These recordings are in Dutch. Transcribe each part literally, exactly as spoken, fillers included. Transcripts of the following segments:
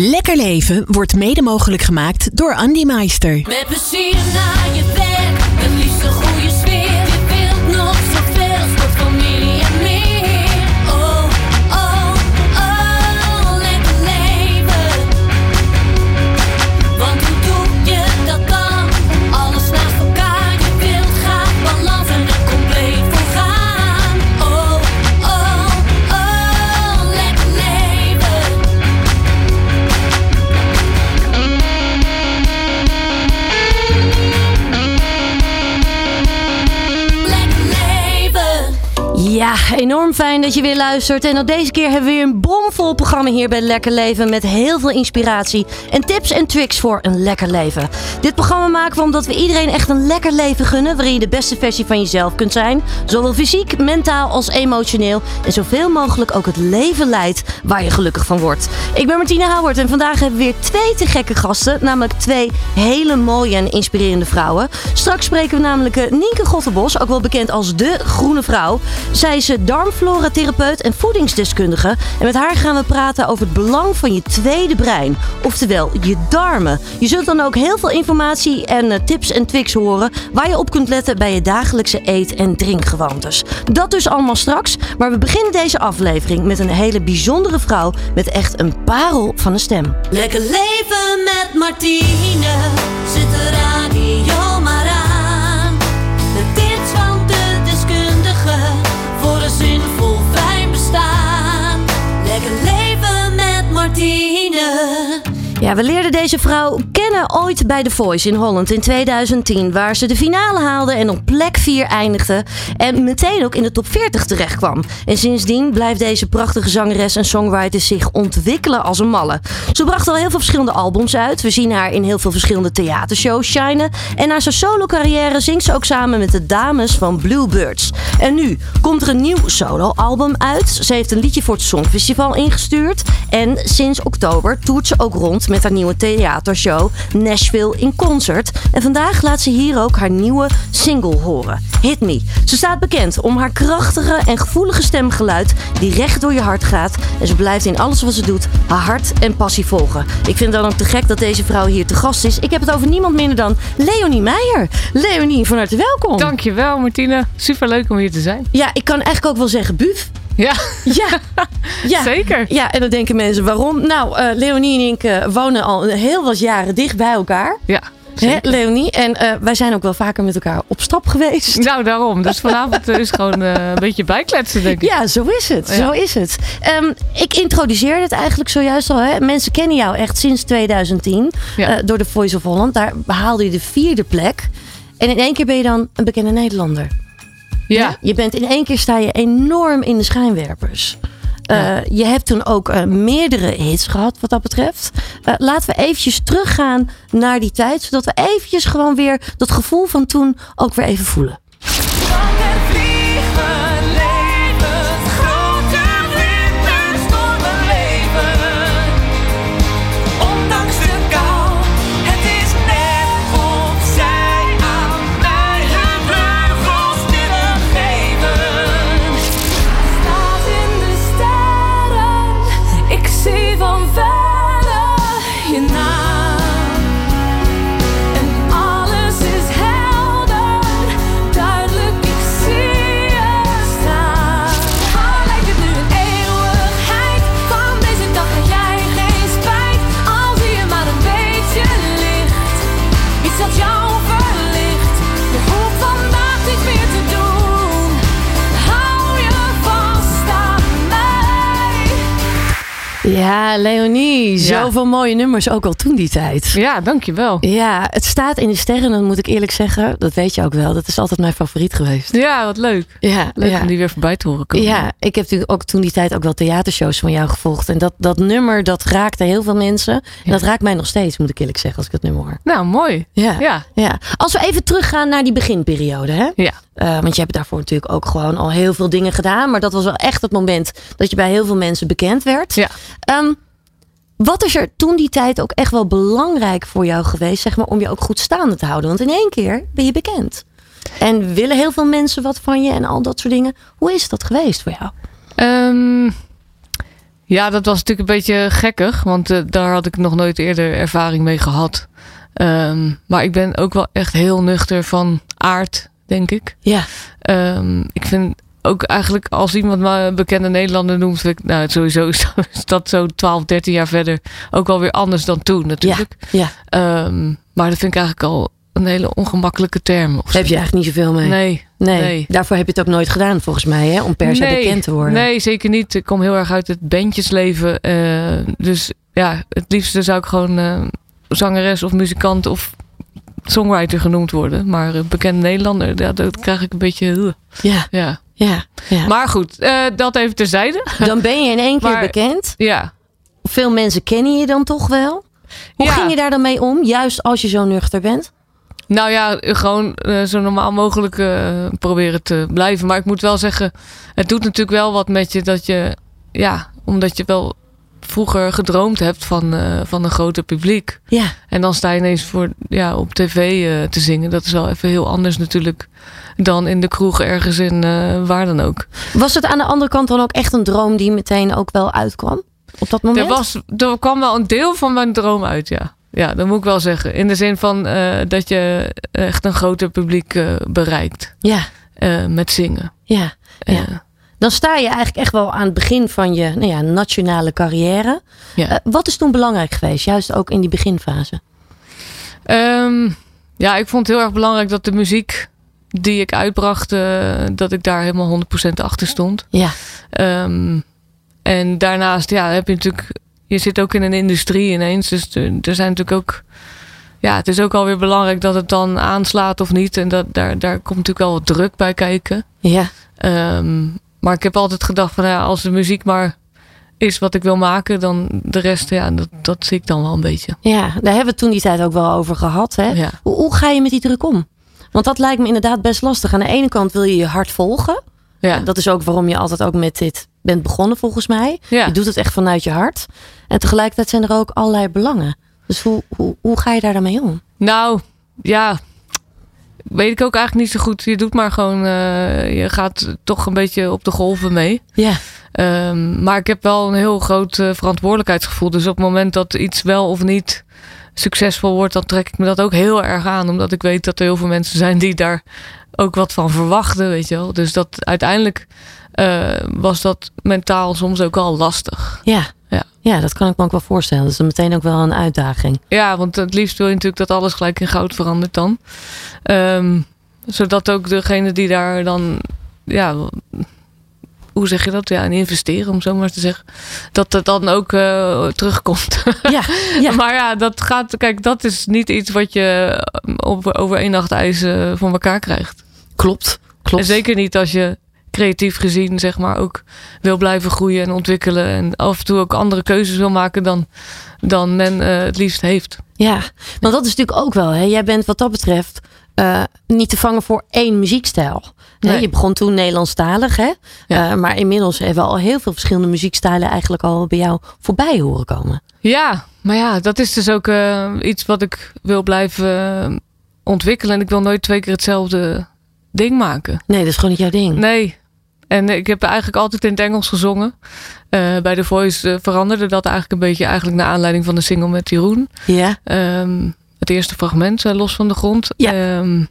Lekker Leven wordt mede mogelijk gemaakt door Andy Meister. Met plezier naar je werk, het liefst een goede sfeer. Je wilt nog zoveel, sport, familie en meer. Oh, oh, oh, lekker leven. Want hoe doe je dat dan? Alles naast elkaar, je wilt graag balans en er compleet voor gaan. Oh, oh, oh, lekker leven. Ja, enorm fijn dat je weer luistert. En ook deze keer hebben we weer een bomvol programma hier bij Lekker Leven. Met heel veel inspiratie en tips en tricks voor een lekker leven. Dit programma maken we omdat we iedereen echt een lekker leven gunnen. Waarin je de beste versie van jezelf kunt zijn. Zowel fysiek, mentaal als emotioneel. En zoveel mogelijk ook het leven leidt waar je gelukkig van wordt. Ik ben Martine Houwert en vandaag hebben we weer twee te gekke gasten. Namelijk twee hele mooie en inspirerende vrouwen. Straks spreken we namelijk Nienke Gottenbos, ook wel bekend als de Groene Vrouw. Zij is darmflora-therapeut en voedingsdeskundige. En met haar gaan we praten over het belang van je tweede brein. Oftewel, je darmen. Je zult dan ook heel veel informatie en uh, tips en tricks horen waar je op kunt letten bij je dagelijkse eet- en drinkgewoontes. Dat dus allemaal straks. Maar we beginnen deze aflevering met een hele bijzondere vrouw met echt een parel van een stem. Lekker leven met Martine, zet de radio maar aan. De tips van de deskundige voor een zinvol fijn bestaan. Lekker leven met Martine. Ja, we leerden deze vrouw kennen ooit bij The Voice in Holland in tweeduizend tien. Waar ze de finale haalde en op plek vier eindigde. En meteen ook in de top veertig terecht kwam. En sindsdien blijft deze prachtige zangeres en songwriter zich ontwikkelen als een malle. Ze bracht al heel veel verschillende albums uit. We zien haar in heel veel verschillende theatershows shinen. En na zijn solo carrière zingt ze ook samen met de dames van Bluebirds. En nu komt er een nieuw solo-album uit. Ze heeft een liedje voor het Songfestival ingestuurd. En sinds oktober toert ze ook rond met haar nieuwe theatershow Nashville in Concert. En vandaag laat ze hier ook haar nieuwe single horen, Hit Me. Ze staat bekend om haar krachtige en gevoelige stemgeluid die recht door je hart gaat. En ze blijft in alles wat ze doet haar hart en passie volgen. Ik vind het dan ook te gek dat deze vrouw hier te gast is. Ik heb het over niemand minder dan Leonie Meijer. Leonie, van harte welkom. Dankjewel Martine. Superleuk om hier te zijn. Ja, ik kan eigenlijk ook wel zeggen buf. Ja, ja. ja, zeker. Ja, en dan denken mensen waarom? Nou, uh, Leonie en ik uh, wonen al heel wat jaren dicht bij elkaar. Ja, Hè, Leonie? En uh, wij zijn ook wel vaker met elkaar op stap geweest. Nou, daarom. Dus vanavond is gewoon uh, een beetje bijkletsen, denk ik. Ja, zo is het. Ja. Zo is het. Um, ik introduceerde het eigenlijk zojuist al. Hè. Mensen kennen jou echt sinds tweeduizend tien. Ja. Uh, door de Voice of Holland. Daar behaalde je de vierde plek. En in één keer ben je dan een bekende Nederlander. Ja. Je bent in één keer sta je enorm in de schijnwerpers. Uh, ja. Je hebt toen ook uh, meerdere hits gehad wat dat betreft. Uh, laten we eventjes teruggaan naar die tijd. Zodat we eventjes gewoon weer dat gevoel van toen ook weer even voelen. Ja, Leonie, zoveel ja. mooie nummers ook al toen die tijd. Ja, dankjewel. Ja, het staat in de sterren, dan moet ik eerlijk zeggen. Dat weet je ook wel. Dat is altijd mijn favoriet geweest. Ja, wat leuk. Ja, leuk ja. om die weer voorbij te horen komen. Ja, ik heb natuurlijk ook toen die tijd ook wel theatershows van jou gevolgd. En dat, dat nummer, dat raakte heel veel mensen. En ja. dat raakt mij nog steeds, moet ik eerlijk zeggen, als ik het nummer hoor. Nou, mooi. Ja. Ja. ja. Als we even teruggaan naar die beginperiode, hè? Ja. Uh, want je hebt daarvoor natuurlijk ook gewoon al heel veel dingen gedaan. Maar dat was wel echt het moment dat je bij heel veel mensen bekend werd. Ja. Um, Wat is er toen die tijd ook echt wel belangrijk voor jou geweest, zeg maar, om je ook goed staande te houden? Want in één keer ben je bekend. En willen heel veel mensen wat van je en al dat soort dingen. Hoe is dat geweest voor jou? Um, Ja, dat was natuurlijk een beetje gekkig. Want uh, daar had ik nog nooit eerder ervaring mee gehad. Um, maar ik ben ook wel echt heel nuchter van aard, denk ik. Ja. Um, ik vind ook eigenlijk als iemand me een bekende Nederlander noemt... Vind ik, nou, sowieso is dat zo twaalf, dertien jaar verder ook wel weer anders dan toen natuurlijk. Ja, ja. Um, maar dat vind ik eigenlijk al een hele ongemakkelijke term. Of Daar heb je eigenlijk niet zoveel mee. Nee, nee. nee. Daarvoor heb je het ook nooit gedaan volgens mij, hè? Om per se nee, bekend te worden. Nee, zeker niet. Ik kom heel erg uit het bandjesleven. Uh, dus ja, het liefste zou ik gewoon uh, zangeres of muzikant of songwriter genoemd worden. Maar uh, bekende Nederlander, ja, dat krijg ik een beetje... Uh. Ja. Ja. Ja, ja. Maar goed, uh, dat even terzijde. Dan ben je in één keer maar, bekend. Ja. Veel mensen kennen je dan toch wel? Hoe ja. ging je daar dan mee om? Juist als je zo nuchter bent? Nou ja, gewoon uh, zo normaal mogelijk uh, proberen te blijven. Maar ik moet wel zeggen, het doet natuurlijk wel wat met je dat je... Ja, omdat je wel vroeger gedroomd hebt van, uh, van een groter publiek. Ja. En dan sta je ineens voor, ja, op tv uh, te zingen. Dat is wel even heel anders natuurlijk dan in de kroeg ergens in uh, waar dan ook. Was het aan de andere kant dan ook echt een droom die meteen ook wel uitkwam? Op dat moment? Er, was, er kwam wel een deel van mijn droom uit, ja. Ja, dat moet ik wel zeggen. In de zin van uh, dat je echt een groter publiek uh, bereikt. Ja. Uh, met zingen. Ja. Uh, ja. Dan sta je eigenlijk echt wel aan het begin van je nou ja, nationale carrière. Ja. Uh, wat is toen belangrijk geweest? Juist ook in die beginfase. Um, ja, ik vond het heel erg belangrijk dat de muziek die ik uitbracht, uh, dat ik daar helemaal honderd procent achter stond. Ja. Um, en daarnaast, ja, heb je natuurlijk... Je zit ook in een industrie ineens. Dus er, er zijn natuurlijk ook... Ja, het is ook alweer belangrijk dat het dan aanslaat of niet. En dat, daar, daar komt natuurlijk wel wat druk bij kijken. Ja. Um, maar ik heb altijd gedacht van... Ja, als de muziek maar is wat ik wil maken... dan de rest, ja, dat, dat zie ik dan wel een beetje. Ja, daar hebben we het toen die tijd ook wel over gehad. Hè? Ja. Hoe, hoe ga je met die druk om? Want dat lijkt me inderdaad best lastig. Aan de ene kant wil je je hart volgen. Ja. Dat is ook waarom je altijd ook met dit bent begonnen volgens mij. Ja. Je doet het echt vanuit je hart. En tegelijkertijd zijn er ook allerlei belangen. Dus hoe, hoe, hoe ga je daar dan mee om? Nou, ja... Weet ik ook eigenlijk niet zo goed. Je doet maar gewoon... Uh, je gaat toch een beetje op de golven mee. Ja. Um, maar ik heb wel een heel groot uh, verantwoordelijkheidsgevoel. Dus op het moment dat iets wel of niet succesvol wordt... dan trek ik me dat ook heel erg aan. Omdat ik weet dat er heel veel mensen zijn die daar ook wat van verwachten. Weet je wel. Dus dat uiteindelijk uh, was dat mentaal soms ook al lastig. Ja. Ja. Ja, dat kan ik me ook wel voorstellen. Dat is dan meteen ook wel een uitdaging. Ja, want het liefst wil je natuurlijk dat alles gelijk in goud verandert dan. Um, zodat ook degene die daar dan... Ja, hoe zeg je dat? Ja, in investeren, om zo maar te zeggen. Dat het dan ook uh, terugkomt. Ja, ja. Maar ja, dat gaat... Kijk, dat is niet iets wat je over, over één nacht ijs uh, voor elkaar krijgt. Klopt, klopt. En zeker niet als je creatief gezien, zeg maar, ook wil blijven groeien en ontwikkelen. En af en toe ook andere keuzes wil maken dan, dan men uh, het liefst heeft. Ja, want dat is natuurlijk ook wel. Hè? Jij bent wat dat betreft uh, niet te vangen voor één muziekstijl. Nee. Je begon toen Nederlandstalig, hè? Ja. Uh, maar inmiddels hebben we al heel veel verschillende muziekstijlen eigenlijk al bij jou voorbij horen komen. Ja, maar ja, dat is dus ook uh, iets wat ik wil blijven uh, ontwikkelen. En ik wil nooit twee keer hetzelfde ding maken. Nee, dat is gewoon niet jouw ding. Nee. En ik heb eigenlijk altijd in het Engels gezongen. Uh, bij The Voice uh, veranderde dat eigenlijk een beetje eigenlijk naar aanleiding van de single met Jeroen. Ja. Um, het eerste fragment, uh, Los van de Grond. Ja. Um,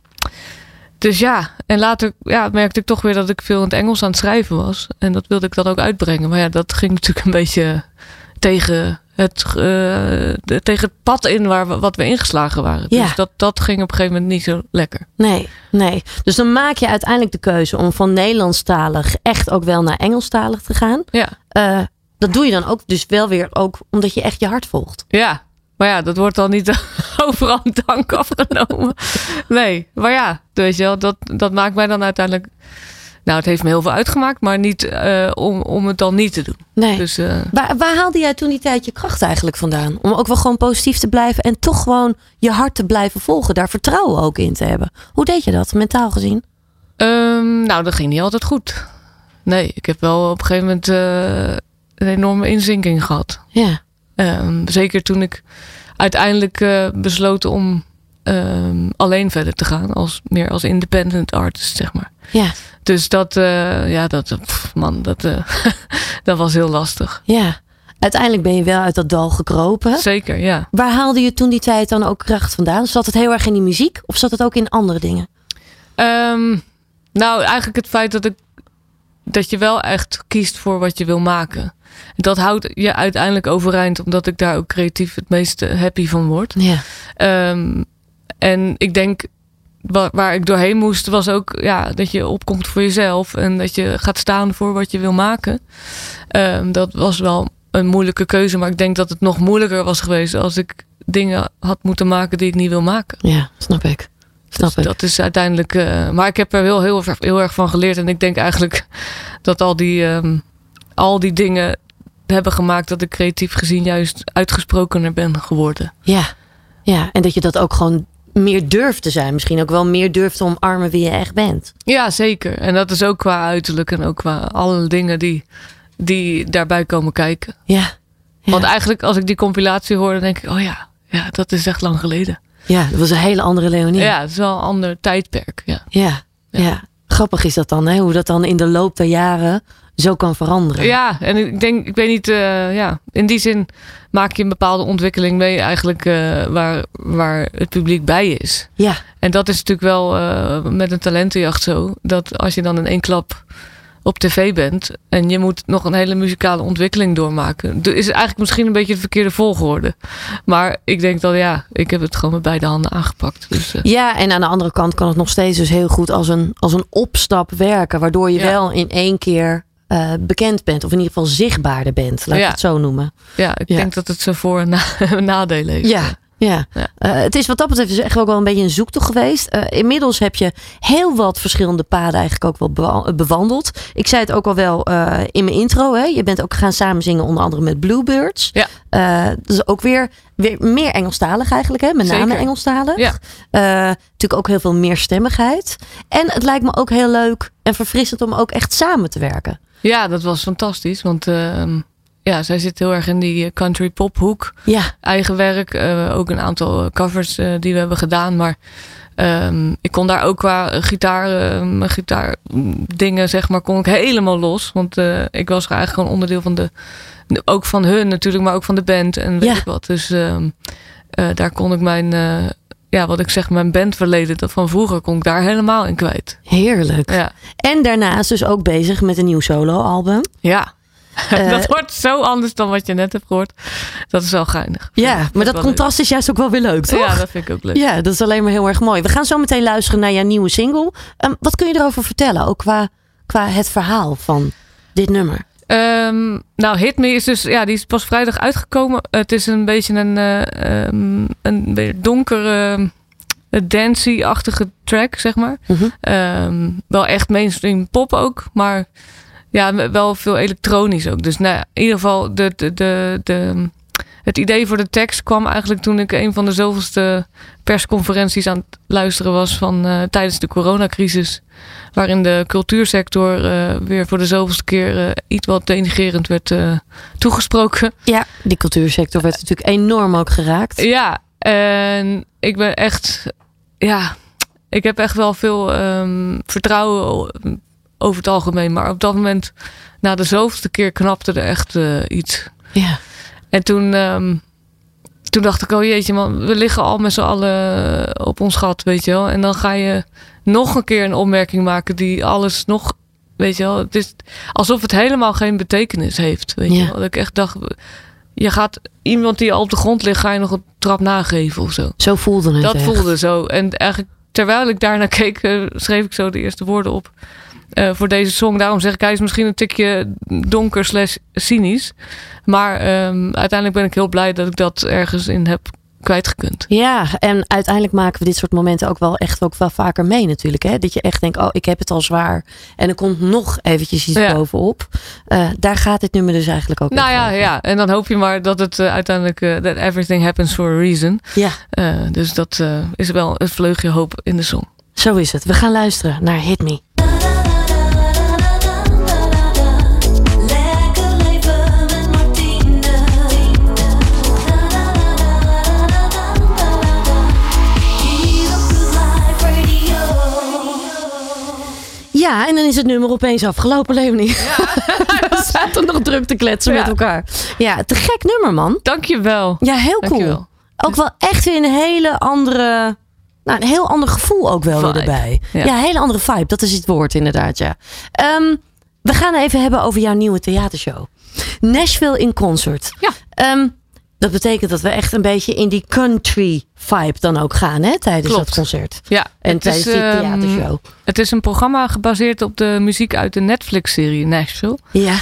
dus ja, en later ja, merkte ik toch weer dat ik veel in het Engels aan het schrijven was. En dat wilde ik dan ook uitbrengen. Maar ja, dat ging natuurlijk een beetje tegen het, uh, de, tegen het pad in waar we, wat we ingeslagen waren. Ja. Dus dat, dat ging op een gegeven moment niet zo lekker. Nee, nee. Dus dan maak je uiteindelijk de keuze om van Nederlandstalig echt ook wel naar Engelstalig te gaan. Ja. Uh, dat doe je dan ook dus wel weer ook omdat je echt je hart volgt. Ja, maar ja, dat wordt dan niet overal een dank afgenomen. Nee, maar ja, weet je wel, dat, dat maakt mij dan uiteindelijk... Nou, het heeft me heel veel uitgemaakt, maar niet uh, om, om het dan niet te doen. Nee. Dus, uh, waar, waar haalde jij toen die tijd je kracht eigenlijk vandaan? Om ook wel gewoon positief te blijven en toch gewoon je hart te blijven volgen. Daar vertrouwen ook in te hebben. Hoe deed je dat, mentaal gezien? Um, nou, dat ging niet altijd goed. Nee, ik heb wel op een gegeven moment uh, een enorme inzinking gehad. Ja. Um, zeker toen ik uiteindelijk uh, besloot om um, alleen verder te gaan. Als, meer als independent artist, zeg maar. Ja. Dus dat, uh, ja, dat, pff, man, dat, uh, dat was heel lastig. Ja. uiteindelijk ben je wel uit dat dal gekropen. Zeker, ja. Waar haalde je toen die tijd dan ook kracht vandaan? Zat het heel erg in die muziek of zat het ook in andere dingen? Um, nou, eigenlijk het feit dat ik dat je wel echt kiest voor wat je wil maken. Dat houdt je uiteindelijk overeind, omdat ik daar ook creatief het meest happy van word. Ja. Um, en ik denk, waar, waar ik doorheen moest, was ook ja, dat je opkomt voor jezelf en dat je gaat staan voor wat je wil maken. Um, dat was wel een moeilijke keuze, maar ik denk dat het nog moeilijker was geweest als ik dingen had moeten maken die ik niet wil maken. Ja, snap ik. Snap dus ik. dat is uiteindelijk. Uh, maar ik heb er wel heel, heel, heel erg van geleerd. En ik denk eigenlijk dat al die, um, al die dingen hebben gemaakt dat ik creatief gezien juist uitgesprokener ben geworden. Ja, ja, en dat je dat ook gewoon meer durft te zijn. Misschien ook wel meer durft te omarmen wie je echt bent. Ja, zeker. En dat is ook qua uiterlijk en ook qua alle dingen die, die daarbij komen kijken. Ja, ja. Want eigenlijk als ik die compilatie hoor, dan denk ik, oh ja, ja, dat is echt lang geleden. Ja, dat was een hele andere Leonie. Ja, het is wel een ander tijdperk. Ja, ja, ja. ja. Grappig is dat dan, hè? Hoe dat dan in de loop der jaren zo kan veranderen. Ja, en ik denk, ik weet niet, uh, ja, in die zin maak je een bepaalde ontwikkeling mee eigenlijk uh, waar, waar het publiek bij is. Ja. En dat is natuurlijk wel uh, met een talentenjacht zo, dat als je dan in één klap op tv bent en je moet nog een hele muzikale ontwikkeling doormaken. Dus is het eigenlijk misschien een beetje de verkeerde volgorde. Maar ik denk dat ja, ik heb het gewoon met beide handen aangepakt. Dus, uh. Ja, en aan de andere kant kan het nog steeds dus heel goed als een, als een opstap werken. Waardoor je ja. wel in één keer uh, bekend bent. Of in ieder geval zichtbaarder bent. Laat ik ja. het zo noemen. Ja, ik ja. denk dat het zo voor- en na- nadelen heeft. Ja. Ja, ja. Uh, het is wat dat betreft echt ook wel een beetje een zoektocht geweest. Uh, inmiddels heb je heel wat verschillende paden eigenlijk ook wel bewandeld. Ik zei het ook al wel uh, in mijn intro. Hè? Je bent ook gaan samenzingen onder andere met Bluebirds. Ja. Uh, dat is ook weer, weer meer Engelstalig eigenlijk. Hè? Met name Zeker. Engelstalig. Ja. Uh, natuurlijk ook heel veel meerstemmigheid. En het lijkt me ook heel leuk en verfrissend om ook echt samen te werken. Ja, dat was fantastisch. Want... Uh, Ja, zij zit heel erg in die country pop hoek. Ja. Eigen werk. Uh, ook een aantal covers uh, die we hebben gedaan. Maar um, ik kon daar ook qua gitaar, uh, mijn gitaar dingen, zeg maar, kon ik helemaal los. Want uh, ik was eigenlijk gewoon onderdeel van de, ook van hun natuurlijk, maar ook van de band en weet ja. ik wat. Dus uh, uh, daar kon ik mijn, uh, ja, wat ik zeg, mijn bandverleden dat van vroeger kon ik daar helemaal in kwijt. Heerlijk. Ja. En daarnaast dus ook bezig met een nieuw soloalbum. Ja. Uh, dat wordt zo anders dan wat je net hebt gehoord. Dat is wel geinig. Ja, dat maar dat contrast leuk. Is juist ook wel weer leuk, toch? Ja, dat vind ik ook leuk. Ja, dat is alleen maar heel erg mooi. We gaan zo meteen luisteren naar jouw nieuwe single. Um, wat kun je erover vertellen? Ook qua, qua het verhaal van dit nummer. Um, nou, Hit Me is dus, ja, die is pas vrijdag uitgekomen. Het is een beetje een, uh, um, een donkere, uh, dancey-achtige track, zeg maar. Mm-hmm. Um, wel echt mainstream pop ook, maar... Ja, wel veel elektronisch ook. Dus nou ja, in ieder geval, de, de, de, de, het idee voor de tekst kwam eigenlijk toen ik een van de zoveelste persconferenties aan het luisteren was van uh, tijdens de coronacrisis. Waarin de cultuursector uh, weer voor de zoveelste keer uh, iets wat denigrerend werd uh, toegesproken. Ja, die cultuursector werd natuurlijk enorm ook geraakt. Ja, en ik ben echt, ja, ik heb echt wel veel um, vertrouwen over het algemeen. Maar op dat moment, na de zoveelste keer, knapte er echt uh, iets. Ja. En toen, um, toen dacht ik, oh jeetje man, we liggen al met z'n allen op ons gat, weet je wel. En dan ga je nog een keer een opmerking maken die alles nog, weet je wel. Het is alsof het helemaal geen betekenis heeft, weet ja. je wel. Dat ik echt dacht, je gaat iemand die al op de grond ligt, ga je nog een trap nageven of zo. Zo voelde het Dat echt. voelde zo. En eigenlijk, terwijl ik daarnaar keek, uh, schreef ik zo de eerste woorden op. Uh, voor deze song. Daarom zeg ik, hij is misschien een tikje donker slash cynisch. Maar um, uiteindelijk ben ik heel blij dat ik dat ergens in heb kwijtgekund. Ja, en uiteindelijk maken we dit soort momenten ook wel echt ook wel vaker mee natuurlijk. Hè? Dat je echt denkt, oh, ik heb het al zwaar. En er komt nog eventjes iets ja. bovenop. Uh, daar gaat dit nummer dus eigenlijk ook Nou ja, over. ja, en dan hoop je maar dat het uh, uiteindelijk... Uh, that everything happens for a reason. Ja. Uh, dus dat uh, is wel een vleugje hoop in de song. Zo is het. We gaan luisteren naar Hit Me. Ja, en dan is het nummer opeens afgelopen, Leonie. Ja, dat is zaten nog druk te kletsen Ja. met elkaar. Ja, te gek nummer, man. Dankjewel. Ja, heel cool. Dankjewel. Ook wel echt weer een hele andere... Nou, een heel ander gevoel ook wel weer Vibe. erbij. Ja. Ja. een hele andere vibe. Dat is het woord inderdaad, ja. Ehm, we gaan even hebben over jouw nieuwe theatershow. Nashville in Concert. Ja. Ehm, dat betekent dat we echt een beetje in die country vibe dan ook gaan, hè? Tijdens Klopt. dat concert. Ja, En het tijdens is, die ehm, theatershow. Het is een programma gebaseerd op de muziek uit de Netflix-serie Nashville. Ja.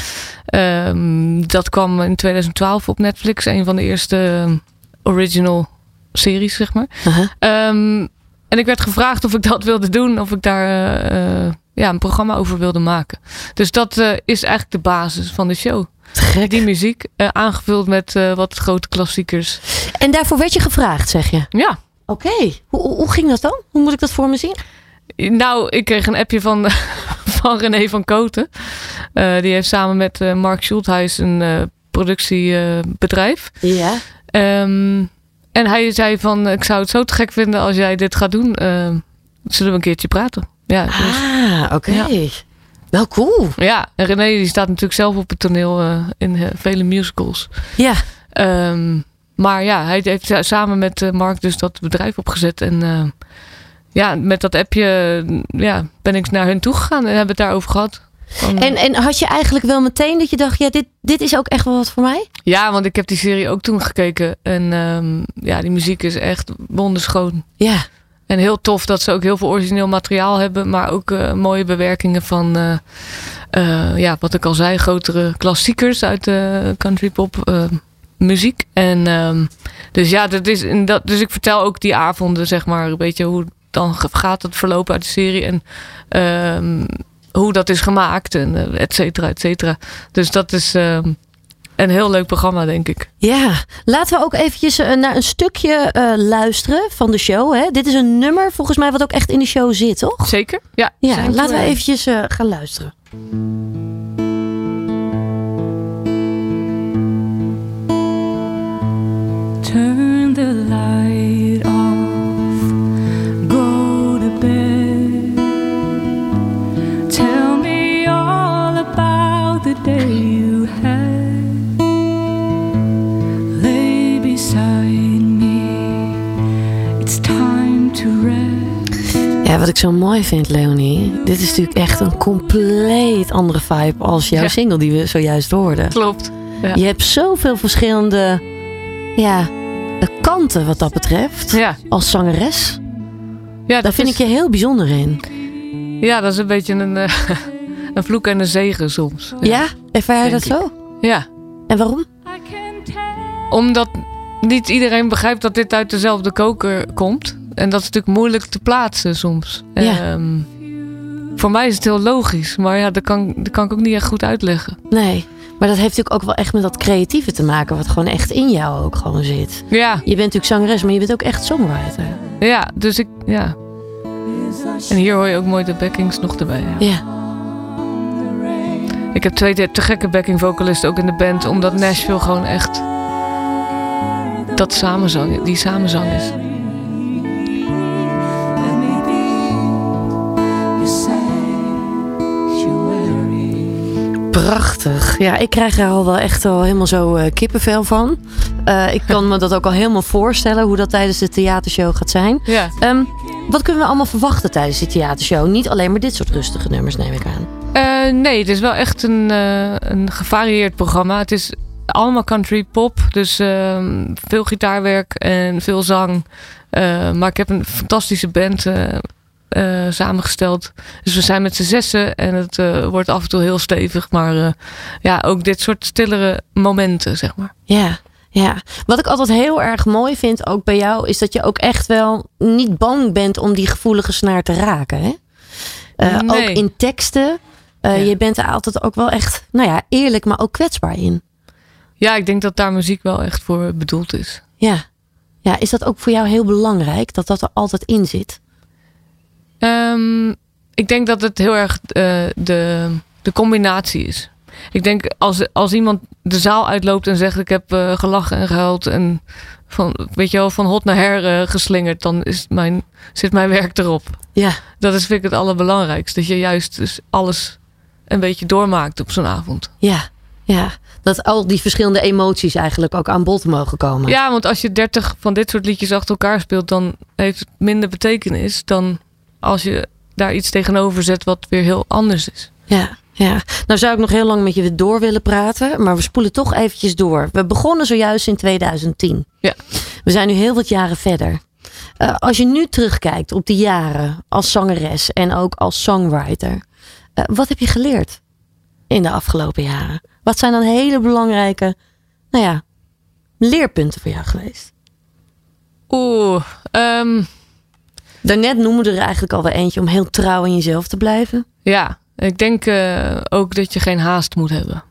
Ehm, dat kwam in twintig twaalf op Netflix. Een van de eerste um, original series, zeg maar. Uh-huh. Um, en ik werd gevraagd of ik dat wilde doen. Of ik daar uh, uh, ja, een programma over wilde maken. Dus dat uh, is eigenlijk de basis van de show. Te gek. Die muziek, uh, aangevuld met uh, wat grote klassiekers. En daarvoor werd je gevraagd, zeg je? Ja. Oké. Hoe, hoe, hoe ging dat dan? Hoe moet ik dat voor me zien? Nou, ik kreeg een appje van, van René van Koten. Uh, die heeft samen met uh, Mark Schultheis een uh, productiebedrijf. Ja. Um, en hij zei van, ik zou het zo te gek vinden als jij dit gaat doen. Uh, zullen we een keertje praten? Ja, dus, Ah, oké. Okay. Ja. Wel cool. Ja, en René die staat natuurlijk zelf op het toneel uh, in uh, vele musicals. Ja. Um, maar ja, hij heeft samen met uh, Mark dus dat bedrijf opgezet. En uh, ja, met dat appje uh, ja, ben ik naar hun toegegaan en hebben het daarover gehad. Van, En, en had je eigenlijk wel meteen dat je dacht, ja, dit, dit is ook echt wel wat voor mij? Ja, want ik heb die serie ook toen gekeken. En um, ja, die muziek is echt wonderschoon. Ja. En heel tof dat ze ook heel veel origineel materiaal hebben. Maar ook uh, mooie bewerkingen van, uh, uh, ja, wat ik al zei, grotere klassiekers uit de country pop uh, muziek. En um, dus ja, dat is, dat, dus ik vertel ook die avonden, zeg maar, een beetje hoe dan gaat het verlopen uit de serie. En um, hoe dat is gemaakt en uh, et cetera, et cetera. Dus dat is um, een heel leuk programma, denk ik. Ja, laten we ook eventjes uh, naar een stukje uh, luisteren van de show. Hè? Dit is een nummer, volgens mij, wat ook echt in de show zit, toch? Zeker, ja. Ja, Sanctuary. laten we eventjes uh, gaan luisteren. Turn the light off, go to bed. Tell me all about the day you had. Lay beside me, it's time to rest. Ja, wat ik zo mooi vind, Leonie. Dit is natuurlijk echt een compleet andere vibe als jouw Ja. single die we zojuist hoorden. Klopt. Ja. Je hebt zoveel verschillende ja, kanten wat dat betreft. Ja. Als zangeres. Ja, Daar dat vind is, ik je heel bijzonder in. Ja, dat is een beetje een, uh, een vloek en een zegen soms. Ja? Ervaar je dat denk zo? Ja, En waarom? I can tell. omdat niet iedereen begrijpt dat dit uit dezelfde koker komt. En dat is natuurlijk moeilijk te plaatsen soms. Ja. Um, voor mij is het heel logisch, maar ja, dat kan, dat kan ik ook niet echt goed uitleggen. Nee. Maar dat heeft natuurlijk ook wel echt met dat creatieve te maken. Wat gewoon echt in jou ook gewoon zit. Ja, Je bent natuurlijk zangeres, maar je bent ook echt songwriter. ja, dus ik, ja. En hier hoor je ook mooi de backings nog erbij. Ja. Ja. Ik heb twee te, te gekke backing vocalisten ook in de band, omdat Nashville gewoon echt dat samenzang, die samenzang is. Let me be your sanctuary. Prachtig. Ja, ik krijg er al wel echt al helemaal zo uh, kippenvel van. Uh, ik kan me dat ook al helemaal voorstellen hoe dat tijdens de theatershow gaat zijn. Ja. Um, wat kunnen we allemaal verwachten tijdens die theatershow? Niet alleen maar dit soort rustige nummers, neem ik aan. Uh, nee, het is wel echt een, uh, een gevarieerd programma. Het is allemaal country pop, dus uh, veel gitaarwerk en veel zang. Uh, maar ik heb een fantastische band uh, uh, samengesteld. Dus we zijn met z'n zessen en het uh, wordt af en toe heel stevig. Maar uh, ja, ook dit soort stillere momenten, zeg maar. Ja, ja. Wat ik altijd heel erg mooi vind, ook bij jou, is dat je ook echt wel niet bang bent om die gevoelige snaar te raken. Hè? Uh, Nee. Ook in teksten. Uh, Ja. Je bent er altijd ook wel echt, nou ja, eerlijk, maar ook kwetsbaar in. Ja, ik denk dat daar muziek wel echt voor bedoeld is. Ja. Ja, is dat ook voor jou heel belangrijk, dat dat er altijd in zit? Um, ik denk dat het heel erg uh, de, de combinatie is. Ik denk als, als iemand de zaal uitloopt en zegt ik heb uh, gelachen en gehuild en van, weet je wel, van hot naar her uh, geslingerd, dan is mijn, zit mijn werk erop. Ja. Dat is vind ik het allerbelangrijkste. Dat je juist dus alles een beetje doormaakt op zo'n avond. Ja. Ja, dat al die verschillende emoties eigenlijk ook aan bod mogen komen. Ja, want als je dertig van dit soort liedjes achter elkaar speelt, dan heeft het minder betekenis dan als je daar iets tegenover zet wat weer heel anders is. Ja, ja. Nou zou ik nog heel lang met je door willen praten, maar we spoelen toch eventjes door. We begonnen zojuist in tweeduizend tien. Ja. We zijn nu heel wat jaren verder. Uh, als je nu terugkijkt op die jaren als zangeres en ook als songwriter, uh, wat heb je geleerd in de afgelopen jaren? Wat zijn dan hele belangrijke, nou ja, leerpunten voor jou geweest? Oeh, um... Daarnet noemden we er eigenlijk al wel eentje om heel trouw in jezelf te blijven. Ja, ik denk uh, ook dat je geen haast moet hebben.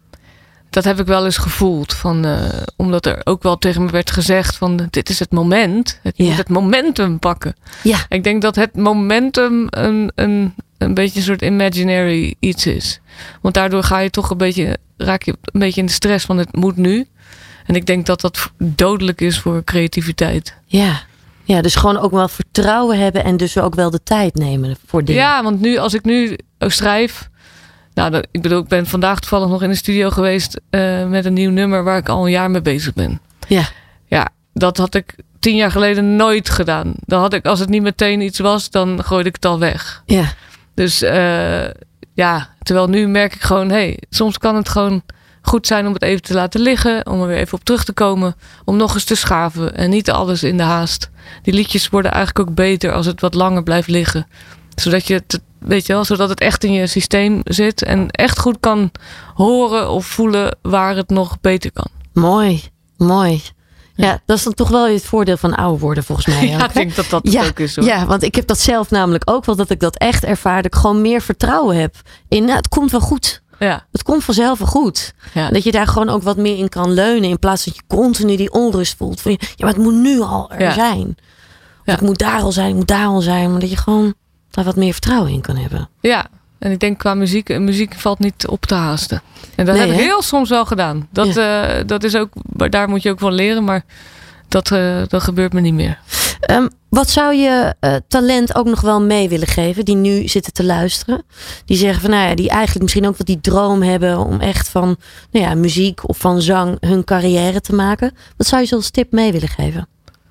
Dat heb ik wel eens gevoeld. Van, uh, omdat er ook wel tegen me werd gezegd van dit is het moment. Het Ja. moet het momentum pakken. Ja. Ik denk dat het momentum een, een, een beetje een soort imaginary iets is. Want daardoor ga je toch een beetje, raak je een beetje in de stress van het moet nu. En ik denk dat dat dodelijk is voor creativiteit. Ja. Ja, dus gewoon ook wel vertrouwen hebben en dus ook wel de tijd nemen voor dingen. Ja, want nu als ik nu schrijf. Nou, dat, ik bedoel, ik ben vandaag toevallig nog in de studio geweest uh, met een nieuw nummer waar ik al een jaar mee bezig ben. Ja. Ja, dat had ik tien jaar geleden nooit gedaan. Dan had ik, als het niet meteen iets was, dan gooide ik het al weg. Ja. Dus uh, ja, terwijl nu merk ik gewoon, hé, hey, soms kan het gewoon goed zijn om het even te laten liggen, om er weer even op terug te komen, om nog eens te schaven en niet alles in de haast. Die liedjes worden eigenlijk ook beter als het wat langer blijft liggen. Zodat je het, weet je wel, zodat het echt in je systeem zit en echt goed kan horen of voelen waar het nog beter kan. Mooi, mooi. Ja, ja, dat is dan toch wel het voordeel van ouder worden volgens mij. Ja, ook, ik denk dat dat ja, ook is hoor. Ja, want ik heb dat zelf namelijk ook wel, dat ik dat echt ervaar, dat ik gewoon meer vertrouwen heb in, nou, het komt wel goed. Ja. Het komt vanzelf wel goed. Ja. Dat je daar gewoon ook wat meer in kan leunen. In plaats dat je continu die onrust voelt. Van, ja, maar het moet nu al er Ja. zijn. Of Ja. het moet daar al zijn, het moet daar al zijn. Maar dat je gewoon daar wat meer vertrouwen in kan hebben. Ja, en ik denk qua muziek, muziek valt niet op te haasten. En dat Nee, heb ik hè? heel soms wel gedaan. Dat, eh, dat is ook, daar moet je ook van leren, maar dat, uh, dat gebeurt me niet meer. Um, wat zou je uh, talent ook nog wel mee willen geven? Die nu zitten te luisteren. Die zeggen van, nou ja, die eigenlijk misschien ook wat die droom hebben om echt van, nou ja, muziek of van zang hun carrière te maken. Wat zou je zo als tip mee willen geven?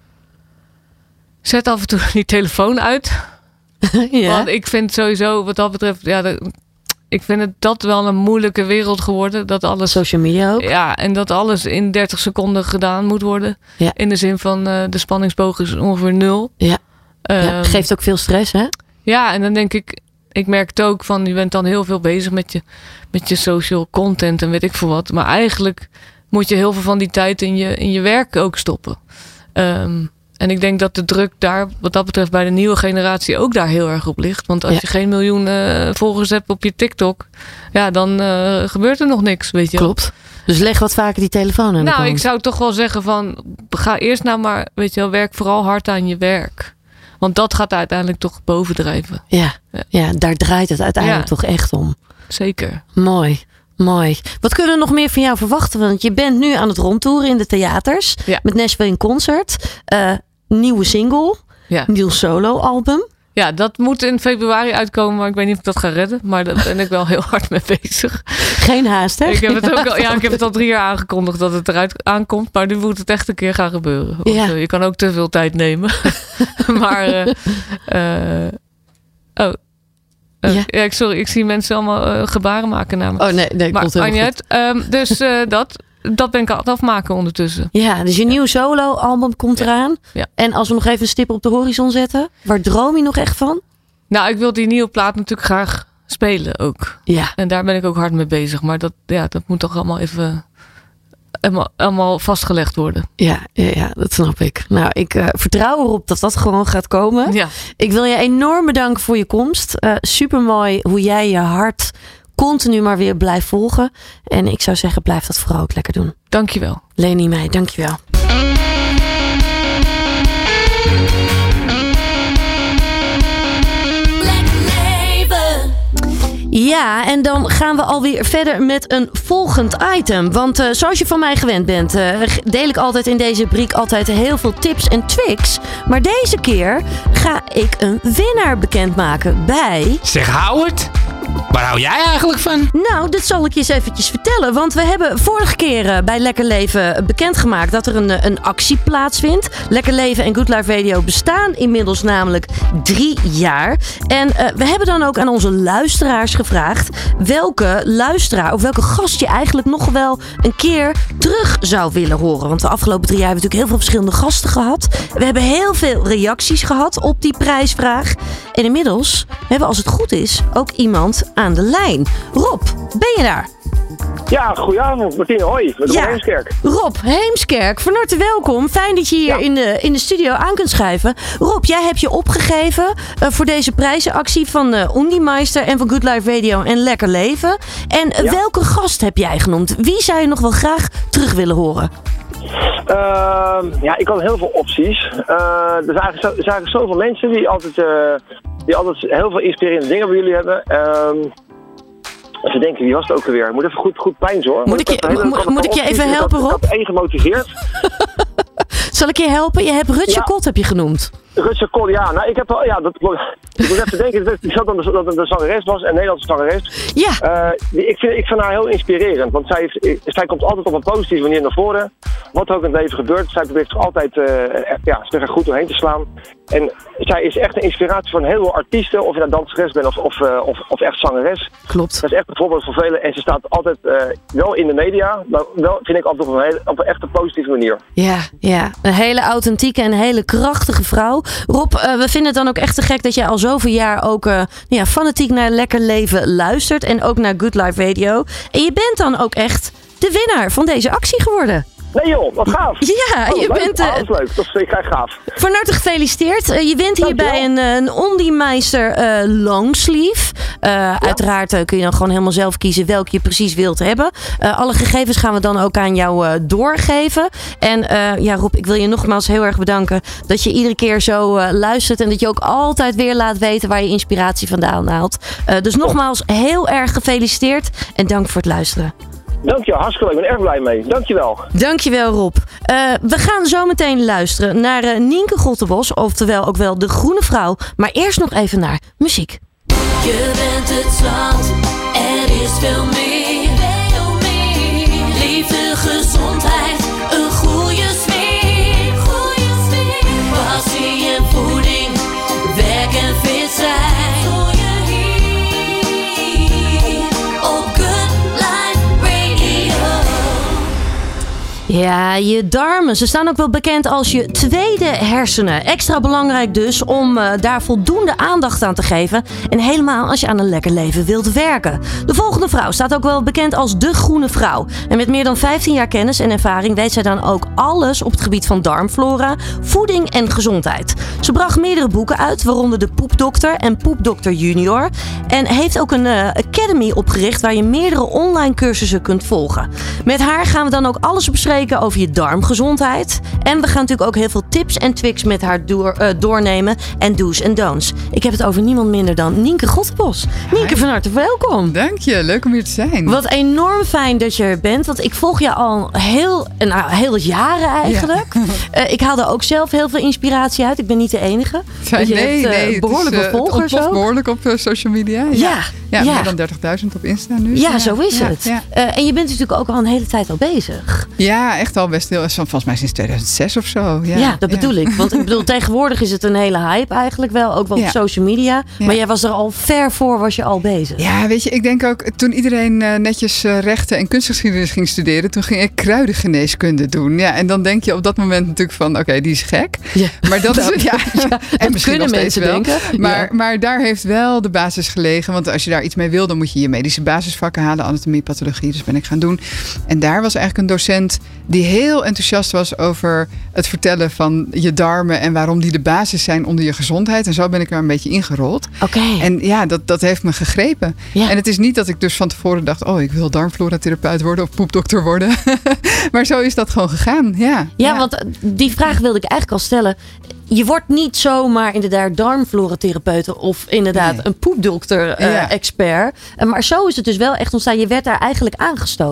Zet af en toe die telefoon uit. Ja. Want ik vind sowieso, wat dat betreft, ja, de, ik vind het dat wel een moeilijke wereld geworden. Dat alles, Social media ook. ja, en dat alles in dertig seconden gedaan moet worden. Ja. In de zin van uh, de spanningsboog is ongeveer nul. Ja. Um, Ja, geeft ook veel stress, hè? Ja, en dan denk ik, ik merk het ook van, je bent dan heel veel bezig met je, met je social content en weet ik veel wat. Maar eigenlijk moet je heel veel van die tijd in je, in je werk ook stoppen. Um, en ik denk dat de druk daar, wat dat betreft, bij de nieuwe generatie ook daar heel erg op ligt. Want als Ja. je geen miljoen uh, volgers hebt op je TikTok, ja, dan uh, gebeurt er nog niks, weet je wel. Klopt. Dus leg wat vaker die telefoon aan de Nou, kant. ik zou toch wel zeggen van, ga eerst nou maar, weet je wel, werk vooral hard aan je werk. Want dat gaat uiteindelijk toch bovendrijven. Ja, Ja. ja, daar draait het uiteindelijk Ja. toch echt om. Zeker. Mooi, mooi. Wat kunnen we nog meer van jou verwachten? Want je bent nu aan het rondtoeren in de theaters. Ja. Met Nashville in Concert. Uh, nieuwe single. Ja. Nieuw solo-album. Ja, dat moet in februari uitkomen, maar ik weet niet of ik dat ga redden. Maar daar ben ik wel heel hard mee bezig. Geen haast, hè? Ik heb het ook al, ja, ik heb het al drie jaar aangekondigd dat het eruit aankomt. Maar nu moet het echt een keer gaan gebeuren. Want, Ja. uh, je kan ook te veel tijd nemen. maar, uh, uh, oh. Uh, Ja. ja. sorry, ik zie mensen allemaal uh, gebaren maken naar me. Oh nee, nee, maar komt maakt helemaal niet goed. uit. Um, dus uh, dat, dat ben ik aan het afmaken ondertussen. Ja, dus je nieuwe solo-album komt Ja. eraan. Ja. En als we nog even een stip op de horizon zetten. Waar droom je nog echt van? Nou, ik wil die nieuwe plaat natuurlijk graag spelen ook. Ja. En daar ben ik ook hard mee bezig. Maar dat, ja, dat moet toch allemaal even allemaal, allemaal vastgelegd worden. Ja, ja, ja, dat snap ik. Nou, ik uh, vertrouw erop dat dat gewoon gaat komen. Ja. Ik wil je enorm bedanken voor je komst. Uh, supermooi hoe jij je hart continu maar weer blijft volgen. En ik zou zeggen, blijf dat vooral ook lekker doen. Dankjewel. Leni Meij, dankjewel. Ja, en dan gaan we alweer verder met een volgend item. Want uh, zoals je van mij gewend bent, uh, deel ik altijd in deze rubriek altijd heel veel tips en tricks. Maar deze keer ga ik een winnaar bekendmaken bij... Zeg, Howard, Waar hou jij eigenlijk van? Nou, dit zal ik je eens eventjes vertellen. Want we hebben vorige keer uh, bij Lekker Leven bekendgemaakt dat er een, een actie plaatsvindt. Lekker Leven en Good Life Radio bestaan inmiddels namelijk drie jaar. En uh, we hebben dan ook aan onze luisteraars gevraagd welke luisteraar of welke gast je eigenlijk nog wel een keer terug zou willen horen. Want de afgelopen drie jaar hebben we natuurlijk heel veel verschillende gasten gehad. We hebben heel veel reacties gehad op die prijsvraag. En inmiddels hebben we, als het goed is, ook iemand aan de lijn. Rob, ben je daar? Ja, goedenavond. Martine, hoi. Met Ja. Rob Heemskerk. Rob Heemskerk, van harte welkom. Fijn dat je hier Ja. in, de, in de studio aan kunt schuiven. Rob, jij hebt je opgegeven uh, voor deze prijzenactie van uh, Undimeister en van Good Life Radio en Lekker Leven. En uh, Ja. welke gast heb jij genoemd? Wie zou je nog wel graag terug willen horen? Uh, ja, ik had heel veel opties. Uh, er zijn eigenlijk, zo, er zijn eigenlijk zoveel mensen die altijd, uh, die altijd heel veel inspirerende dingen bij jullie hebben. Um, even denken, wie was het ook alweer? Ik moet even goed, goed pijnzen hoor. Moet ik je- heb een hele- moet- ik had een moet paar ik je opties, even ik had- helpen, Rob? Ik had één gemotiveerd. Zal ik je helpen? Je hebt Rutje Ja. Kot heb je genoemd. Rutger Kool, ja. Nou, ik heb wel, ja, dat, ik moet even denken dat ik zat dat het een zangeres was, een Nederlandse zangeres. Ja. Uh, die- ik, vind, ik vind haar heel inspirerend, want zij, heeft, zij komt altijd op een positieve manier naar voren. Wat er ook in het leven gebeurt, zij probeert zich altijd uh, ja, er goed doorheen te slaan. En zij is echt een inspiratie voor een heel veel artiesten, of je nou danseres bent of, of, uh, of, of echt zangeres. Klopt. Dat is echt een voorbeeld voor velen en ze staat altijd uh, wel in de media, maar wel vind ik altijd op een, hele, op een echt een positieve manier. Ja, ja, een hele authentieke en hele krachtige vrouw. Rob, uh, we vinden het dan ook echt te gek dat jij al zoveel jaar ook uh, ja, fanatiek naar Lekker Leven luistert. En ook naar Good Life Radio. En je bent dan ook echt de winnaar van deze actie geworden. Nee joh, wat gaaf. Ja, Oh, je leuk. bent... Uh, Ah, dat is leuk, dat is ik krijg gaaf. van harte gefeliciteerd. Uh, je wint hierbij een, een Undimeister uh, longsleeve. Uh, ja. Uiteraard uh, kun je dan gewoon helemaal zelf kiezen welke je precies wilt hebben. Uh, alle gegevens gaan we dan ook aan jou uh, doorgeven. En uh, ja, Rob, ik wil je nogmaals heel erg bedanken dat je iedere keer zo uh, luistert. En dat je ook altijd weer laat weten waar je inspiratie vandaan haalt. Uh, dus nogmaals heel erg gefeliciteerd en dank voor het luisteren. Dankjewel, hartstikke leuk. Ik ben erg blij mee. Dankjewel. Dankjewel Rob. Uh, we gaan zo meteen luisteren naar uh, Nienke Grottenbos, oftewel ook wel de Groene Vrouw. Maar eerst nog even naar muziek. Je bent het zand, er is veel meer, veel meer. Liefde, gezondheid, een goede sfeer, goede sfeer. Passie en voeding, werk en fit zijn. Doe je hier op Good Life Radio. Ja, je darmen. Ze staan ook wel bekend als je tweede hersenen. Extra belangrijk dus om uh, daar voldoende aandacht aan te geven. En helemaal als je aan een lekker leven wilt werken. De volgende vrouw staat ook wel bekend als de Groene Vrouw. En met meer dan vijftien jaar kennis en ervaring weet zij dan ook alles op het gebied van darmflora, voeding en gezondheid. Ze bracht meerdere boeken uit, waaronder De Poepdokter en Poepdokter Junior. En heeft ook een uh, academy opgericht waar je meerdere online cursussen kunt volgen. Met haar gaan we dan ook alles bespreken over je darmgezondheid. En we gaan natuurlijk ook heel veel tips en tricks met haar door, uh, doornemen. En do's en don'ts. Ik heb het over niemand minder dan Nienke Grottenbos. Nienke, van harte welkom. Dank je, leuk om hier te zijn. Wat enorm fijn dat je er bent. Want ik volg je al heel, nou, heel wat jaren eigenlijk. Ja. Uh, ik haal er ook zelf heel veel inspiratie uit. Ik ben niet de enige. Zijn, je nee, hebt uh, nee, behoorlijk is, wat uh, volgers het ook. behoorlijk op uh, social media. Ja, ja, ja, ja. meer dan dertigduizend op Insta nu. Ja, ja, zo is ja, het. Ja. Uh, en je bent natuurlijk ook al een hele tijd al bezig. Ja, echt al best heel. Volgens mij sinds tweeduizend zes of zo. Ja, ja dat bedoel ja. ik. Want ik bedoel, tegenwoordig is het een hele hype eigenlijk wel. Ook wel ja. op social media. Ja. Maar jij was er al ver voor, was je al bezig. Ja, weet je, ik denk ook toen iedereen uh, netjes uh, rechten en kunstgeschiedenis ging studeren, toen ging ik kruidengeneeskunde doen. Ja, en dan denk je op dat moment natuurlijk van, oké, okay, die is gek. Ja. Maar dat is ja, ja, ja, en misschien kunnen nog mensen wel. denken. Maar, ja. maar daar heeft wel de basis gelegen. Want als je daar iets mee wil, dan moet je je medische basisvakken halen, anatomie, pathologie. Dus ben ik gaan doen. En daar was eigenlijk een docent die heel enthousiast was over het vertellen van je darmen en waarom die de basis zijn onder je gezondheid. En zo ben ik er een beetje ingerold. Oké. Okay. En ja, dat, dat heeft me gegrepen. Ja. En het is niet dat ik dus van tevoren dacht, oh, ik wil darmfloratherapeut worden of poepdokter worden. Maar zo is dat gewoon gegaan. Ja, ja, ja, want die vraag wilde ik eigenlijk al stellen. Je wordt niet zomaar inderdaad darmfloratherapeut of inderdaad nee. een poepdokter-expert. Uh, ja. Maar zo is het dus wel echt ontstaan. Je werd daar eigenlijk aangestoken.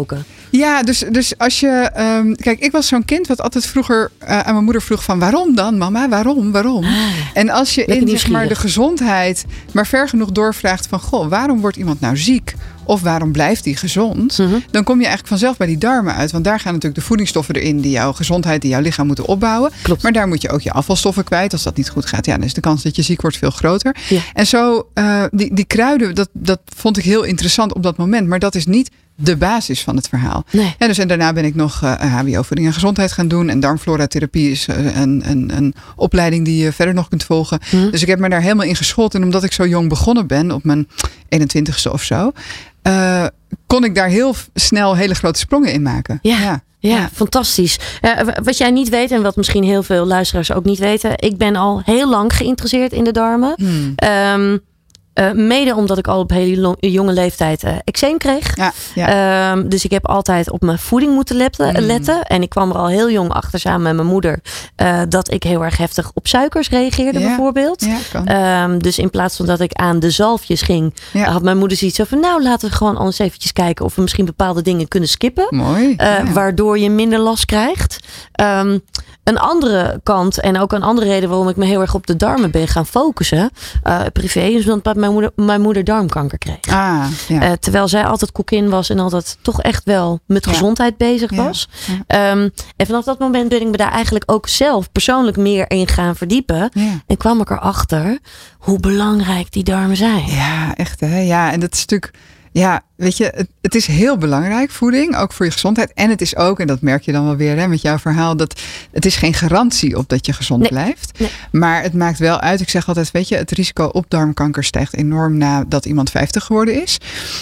Ja, dus, dus als je... Um, kijk, ik was zo'n kind wat altijd vroeger uh, aan mijn moeder vroeg van... waarom dan, mama? Waarom? Waarom? Ah, en als je in zeg maar, de gezondheid maar ver genoeg doorvraagt van... goh, waarom wordt iemand nou ziek? Of waarom blijft die gezond? Mm-hmm. Dan kom je eigenlijk vanzelf bij die darmen uit. Want daar gaan natuurlijk de voedingsstoffen erin... die jouw gezondheid, die jouw lichaam moeten opbouwen. Klopt. Maar daar moet je ook je afvalstoffen kwijt. Als dat niet goed gaat, ja, dan is de kans dat je ziek wordt veel groter. Ja. En zo, uh, die, die kruiden, dat, dat vond ik heel interessant op dat moment. Maar dat is niet de basis van het verhaal. Nee. Ja, dus en daarna ben ik nog uh, H B O-voeding en gezondheid gaan doen. En darmfloratherapie is uh, een, een, een opleiding die je verder nog kunt volgen. Mm. Dus ik heb me daar helemaal in geschoold. En omdat ik zo jong begonnen ben, op mijn eenentwintigste of zo... Uh, kon ik daar heel snel hele grote sprongen in maken. Ja. ja. Ja, fantastisch. Uh, wat jij niet weet en wat misschien heel veel luisteraars ook niet weten. Ik ben al heel lang geïnteresseerd in de darmen. Hmm. Um, Uh, mede omdat ik al op hele long, jonge leeftijd uh, eczeem kreeg. Ja, ja. Uh, dus ik heb altijd op mijn voeding moeten letten, mm. letten. En ik kwam er al heel jong achter samen met mijn moeder. Uh, dat ik heel erg heftig op suikers reageerde ja, bijvoorbeeld. Ja, uh, dus in plaats van dat ik aan de zalfjes ging. Ja. Had mijn moeder zoiets van nou laten we gewoon anders eventjes kijken. Of we misschien bepaalde dingen kunnen skippen. Mooi. Uh, ja. Waardoor je minder last krijgt. Um, Een andere kant en ook een andere reden waarom ik me heel erg op de darmen ben gaan focussen. Uh, privé is omdat mijn moeder, mijn moeder darmkanker kreeg. Ah, ja. uh, terwijl zij altijd kokkin was en altijd toch echt wel met ja. gezondheid bezig was. Ja. Ja. Um, en vanaf dat moment ben ik me daar eigenlijk ook zelf persoonlijk meer in gaan verdiepen. Ja. En kwam ik erachter hoe belangrijk die darmen zijn. Ja, echt hè. Ja, en dat is natuurlijk... Ja, weet je, het, het is heel belangrijk, voeding, ook voor je gezondheid. En het is ook, en dat merk je dan wel weer hè, met jouw verhaal, dat het is geen garantie op dat je gezond nee, blijft. Nee. Maar het maakt wel uit, ik zeg altijd, weet je, het risico op darmkanker stijgt enorm nadat iemand vijftig geworden is.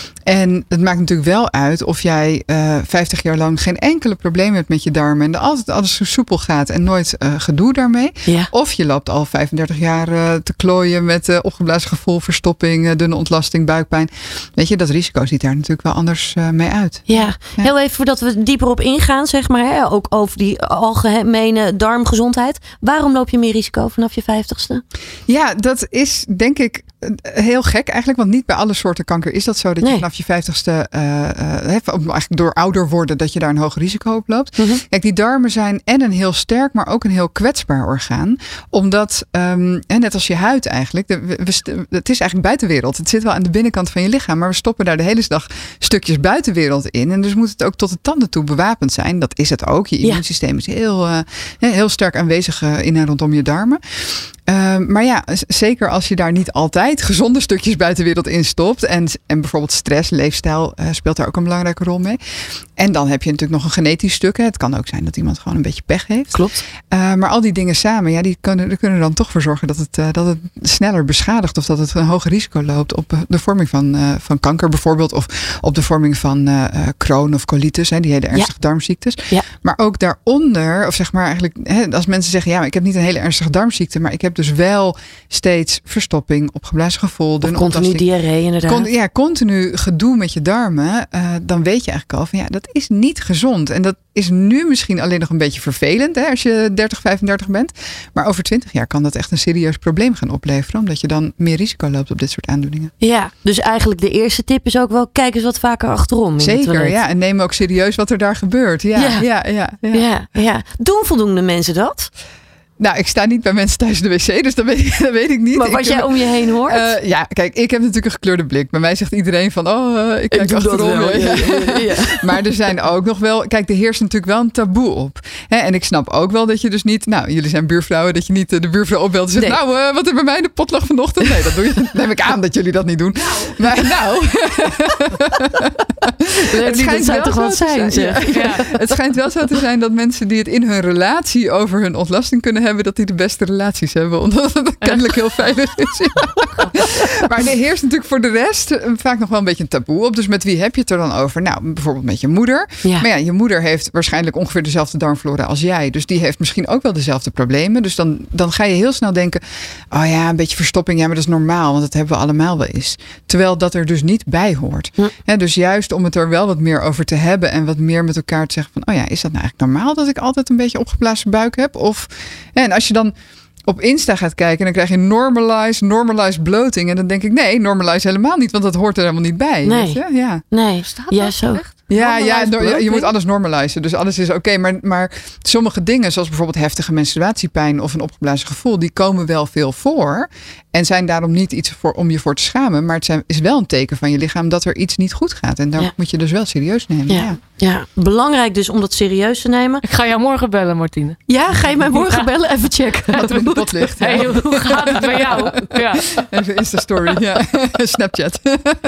En het maakt natuurlijk wel uit of jij uh, vijftig jaar lang geen enkele probleem hebt met je darmen. En altijd alles zo soepel gaat en nooit uh, gedoe daarmee. Ja. Of je loopt al vijfendertig jaar uh, te klooien met uh, opgeblazen gevoel, verstopping, uh, dunne ontlasting, buikpijn. Weet je, dat risico ziet daar natuurlijk wel anders uh, mee uit. Ja. ja, heel even voordat we dieper op ingaan, zeg maar. Hè, ook over die algemene darmgezondheid. Waarom loop je meer risico vanaf je vijftigste? Ja, dat is denk ik heel gek eigenlijk. Want niet bij alle soorten kanker is dat zo. Dat je nee. vanaf je vijftigste, uh, uh, eigenlijk door ouder worden, dat je daar een hoog risico op loopt. Mm-hmm. Kijk, die darmen zijn en een heel sterk, maar ook een heel kwetsbaar orgaan. Omdat, um, net als je huid eigenlijk, de, we, we, het is eigenlijk buitenwereld. Het zit wel aan de binnenkant van je lichaam, maar we stoppen daar de hele dag stukjes buitenwereld in. En dus moet het ook tot de tanden toe bewapend zijn. Dat is het ook. Je immuunsysteem is heel, uh, heel sterk aanwezig uh, in en rondom je darmen. Uh, maar ja, zeker als je daar niet altijd gezonde stukjes buitenwereld in stopt. En, en bijvoorbeeld stress, leefstijl uh, speelt daar ook een belangrijke rol mee. En dan heb je natuurlijk nog een genetisch stuk. Hè. Het kan ook zijn dat iemand gewoon een beetje pech heeft. Klopt. Uh, maar al die dingen samen, ja, die kunnen, die kunnen er dan toch voor zorgen dat het, uh, dat het sneller beschadigt. Of dat het een hoger risico loopt op de vorming van, uh, van kanker bijvoorbeeld. Of op de vorming van uh, Crohn of colitis. Hè, die hele ernstige ja. darmziektes. Ja. Maar ook daaronder, of zeg maar eigenlijk, hè, als mensen zeggen, ja, maar ik heb niet een hele ernstige darmziekte. Maar ik heb dus wel steeds verstopping, opgeblazen gevoel. Of continu diarree inderdaad. Con, ja, continu gedoe met je darmen. Uh, dan weet je eigenlijk al van ja, dat is niet gezond. En dat is nu misschien alleen nog een beetje vervelend. Hè, als je dertig, vijfendertig bent. Maar over twintig jaar kan dat echt een serieus probleem gaan opleveren. Omdat je dan meer risico loopt op dit soort aandoeningen. Ja, dus eigenlijk de eerste tip is ook wel kijk eens wat vaker achterom. Zeker, ja. En neem ook serieus wat er daar gebeurt. Ja, ja, ja. ja, ja. ja, ja. Doen voldoende mensen dat? Nou, ik sta niet bij mensen thuis in de wc, dus dat weet ik, dat weet ik niet. Maar wat ik, jij om je heen hoort? Uh, ja, kijk, ik heb natuurlijk een gekleurde blik. Bij mij zegt iedereen van, oh, uh, ik kijk ik achterom. Ja, ja, ja, ja. Maar er zijn ook nog wel, kijk, er heerst natuurlijk wel een taboe op. Hè? En ik snap ook wel dat je dus niet, nou, jullie zijn buurvrouwen, dat je niet de buurvrouw opbelt en zegt, nee. nou, uh, wat is bij mij de potlag vanochtend? Nee, dat doe je, neem ik aan dat jullie dat niet doen. Maar nou, het schijnt wel toch wat zijn. zijn ja. Ja. Het schijnt wel zo te zijn dat mensen die het in hun relatie over hun ontlasting kunnen hebben, dat die de beste relaties hebben. Omdat het kennelijk heel veilig is. Ja. Maar er heerst natuurlijk voor de rest vaak nog wel een beetje een taboe op. Dus met wie heb je het er dan over? Nou, bijvoorbeeld met je moeder. Ja. Maar ja, je moeder heeft waarschijnlijk ongeveer dezelfde darmflora als jij. Dus die heeft misschien ook wel dezelfde problemen. Dus dan, dan ga je heel snel denken, oh ja, een beetje verstopping. Ja, maar dat is normaal, want dat hebben we allemaal wel eens. Terwijl dat er dus niet bij hoort. Hm. Ja, dus juist om het er wel wat meer over te hebben en wat meer met elkaar te zeggen van, oh ja, is dat nou eigenlijk normaal dat ik altijd een beetje opgeblazen buik heb? Of, ja, en als je dan op Insta gaat kijken, dan krijg je normalize, normalize bloating. En dan denk ik, nee, normalize helemaal niet, want dat hoort er helemaal niet bij. Nee, weet je? Ja. nee. Staat ja, dat zo. echt? Ja, ja no, je, je bloating? moet alles normaliseren. Dus alles is oké. Okay, maar, maar sommige dingen, zoals bijvoorbeeld heftige menstruatiepijn of een opgeblazen gevoel, die komen wel veel voor. En zijn daarom niet iets voor, om je voor te schamen. Maar het zijn, is wel een teken van je lichaam dat er iets niet goed gaat. En daar Ja. moet je dus wel serieus nemen. Ja. Ja. ja, belangrijk dus om dat serieus te nemen. Ik ga jou morgen bellen, Martine. Ja, ga je mij morgen bellen? Even checken. Wat er in de pot ligt. Ja. Hey, hoe gaat het bij jou? Ja. Even Insta-story. Ja. Snapchat.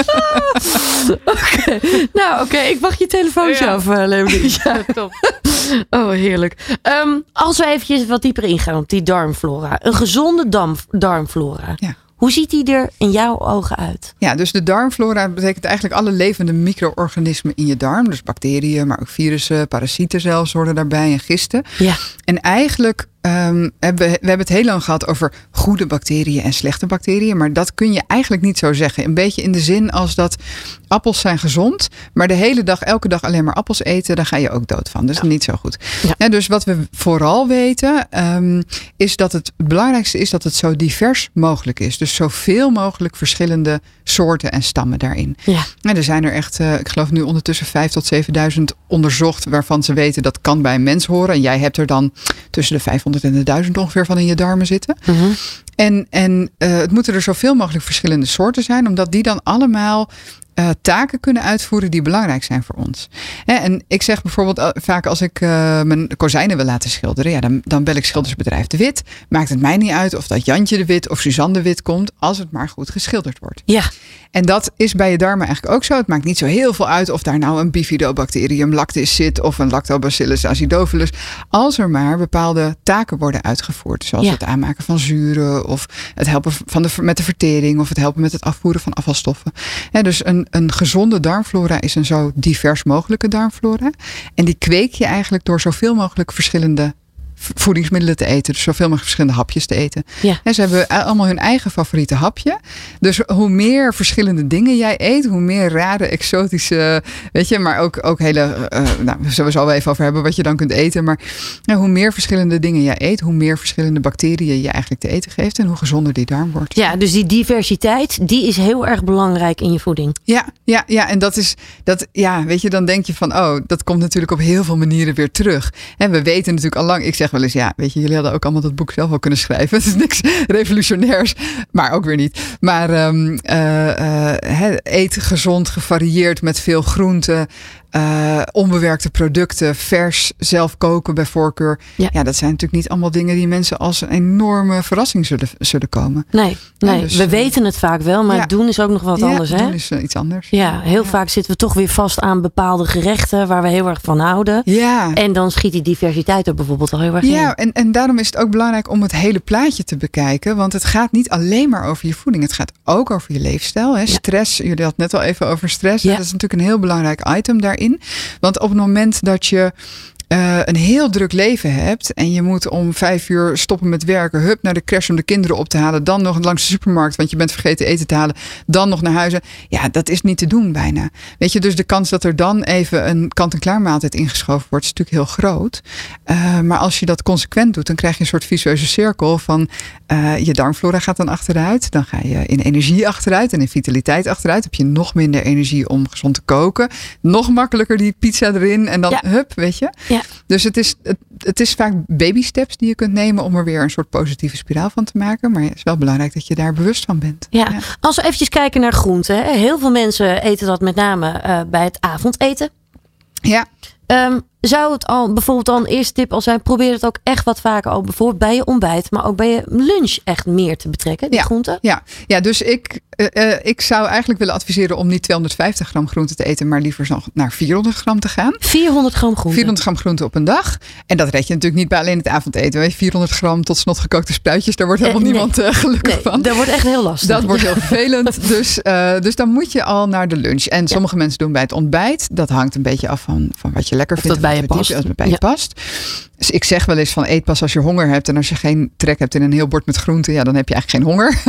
Okay. Nou, oké, okay, ik wacht je telefoontje Ja. af, uh, Leonie. Ja. Top. Oh, heerlijk. Um, als we eventjes wat dieper ingaan op die darmflora. Een gezonde dam, darmflora. Ja. Hoe ziet die er in jouw ogen uit? Ja, dus de darmflora betekent eigenlijk alle levende micro-organismen in je darm. Dus bacteriën, maar ook virussen, parasieten zelfs horen daarbij en gisten. Ja. En eigenlijk um, hebben we, we hebben het heel lang gehad over goede bacteriën en slechte bacteriën. Maar dat kun je eigenlijk niet zo zeggen. Een beetje in de zin als dat appels zijn gezond. Maar de hele dag, elke dag alleen maar appels eten, daar ga je ook dood van. Dat is Ja. niet zo goed. Ja. Ja, dus wat we vooral weten, um, is dat het, het belangrijkste is dat het zo divers mogelijk is. Dus zoveel mogelijk verschillende soorten en stammen daarin. Ja. En er zijn er echt, uh, ik geloof nu ondertussen vijf tot zevenduizend onderzocht, waarvan ze weten dat kan bij een mens horen. En jij hebt er dan tussen de vijfhonderd en de duizend ongeveer van in je darmen zitten. Mm-hmm. En, en uh, het moeten er zoveel mogelijk verschillende soorten zijn, omdat die dan allemaal Uh, taken kunnen uitvoeren die belangrijk zijn voor ons. Hè, en ik zeg bijvoorbeeld uh, vaak als ik uh, mijn kozijnen wil laten schilderen, ja, dan, dan bel ik schildersbedrijf De Wit. Maakt het mij niet uit of dat Jantje De Wit of Suzanne De Wit komt, als het maar goed geschilderd wordt. Ja. En dat is bij je darmen eigenlijk ook zo. Het maakt niet zo heel veel uit of daar nou een bifidobacterium lactis zit of een lactobacillus acidophilus. Als er maar bepaalde taken worden uitgevoerd. Zoals Ja. het aanmaken van zuren of het helpen van de, met de vertering of het helpen met het afvoeren van afvalstoffen. Hè, dus een Een gezonde darmflora is een zo divers mogelijke darmflora. En die kweek je eigenlijk door zoveel mogelijk verschillende voedingsmiddelen te eten. Dus zoveel mogelijk verschillende hapjes te eten. Ja. En ze hebben allemaal hun eigen favoriete hapje. Dus hoe meer verschillende dingen jij eet, hoe meer rare, exotische, weet je, maar ook, ook hele, uh, nou, we zullen het wel even over hebben wat je dan kunt eten. Maar nou, hoe meer verschillende dingen jij eet, hoe meer verschillende bacteriën je eigenlijk te eten geeft en hoe gezonder die darm wordt. Ja, dus die diversiteit, die is heel erg belangrijk in je voeding. Ja, ja, ja, en dat is, dat, ja, weet je, dan denk je van, oh, dat komt natuurlijk op heel veel manieren weer terug. En we weten natuurlijk al lang, ik zeg wel eens, ja, weet je, jullie hadden ook allemaal dat boek zelf al kunnen schrijven. Het is niks revolutionairs, maar ook weer niet. Maar um, uh, uh, eet gezond, gevarieerd met veel groenten, uh, onbewerkte producten, vers, zelf koken bij voorkeur. Ja. Ja, dat zijn natuurlijk niet allemaal dingen die mensen als een enorme verrassing zullen, zullen komen. Nee, nee. Ja, dus, we weten het vaak wel, maar ja. het doen is ook nog wat ja, anders. Hè? doen is uh, iets anders. Ja, heel Ja. vaak zitten we toch weer vast aan bepaalde gerechten waar we heel erg van houden. Ja. En dan schiet die diversiteit er bijvoorbeeld al heel erg Ja, in. en, en daarom is het ook belangrijk om het hele plaatje te bekijken. Want het gaat niet alleen maar over je voeding. Het gaat ook over je leefstijl. Hè. Ja. Stress, jullie hadden het net al even over stress. Ja. Dat is natuurlijk een heel belangrijk item daarin. Want op het moment dat je Uh, een heel druk leven hebt en je moet om vijf uur stoppen met werken, hup naar de crash om de kinderen op te halen, dan nog langs de supermarkt, want je bent vergeten eten te halen, dan nog naar huis. Ja, dat is niet te doen bijna. Weet je, dus de kans dat er dan even een kant-en-klaar maaltijd ingeschoven wordt, is natuurlijk heel groot. Uh, maar als je dat consequent doet, dan krijg je een soort visueuze cirkel van uh, je darmflora gaat dan achteruit, dan ga je in energie achteruit en in vitaliteit achteruit. Heb je nog minder energie om gezond te koken, nog makkelijker die pizza erin en dan Ja. hup, weet je. Ja. Dus het is, het, het is vaak baby steps die je kunt nemen om er weer een soort positieve spiraal van te maken. Maar het is wel belangrijk dat je daar bewust van bent. Ja. Als we eventjes kijken naar groenten. Hè. Heel veel mensen eten dat met name uh, bij het avondeten. Ja. Um, zou het al bijvoorbeeld al een eerste tip al zijn, probeer het ook echt wat vaker al bijvoorbeeld bij je ontbijt, maar ook bij je lunch echt meer te betrekken, die ja, groenten? Ja, ja, dus ik, uh, uh, ik zou eigenlijk willen adviseren om niet tweehonderdvijftig gram groente te eten, maar liever nog naar vierhonderd gram te gaan. vierhonderd gram groente? vierhonderd gram groente op een dag. En dat red je natuurlijk niet bij alleen het avondeten. Weet je, vierhonderd gram tot snot gekookte spruitjes, daar wordt helemaal uh, nee. niemand uh, gelukkig nee, van. Dat wordt echt heel lastig. Dat wordt heel vervelend. Dus, uh, dus dan moet je al naar de lunch. En sommige ja. mensen doen bij het ontbijt. Dat hangt een beetje af van, van wat je lekker of vindt. Dat bij je past. Type, als het bij je ja. past. Dus ik zeg wel eens van eet pas als je honger hebt. En als je geen trek hebt in een heel bord met groenten, ja, dan heb je eigenlijk geen honger.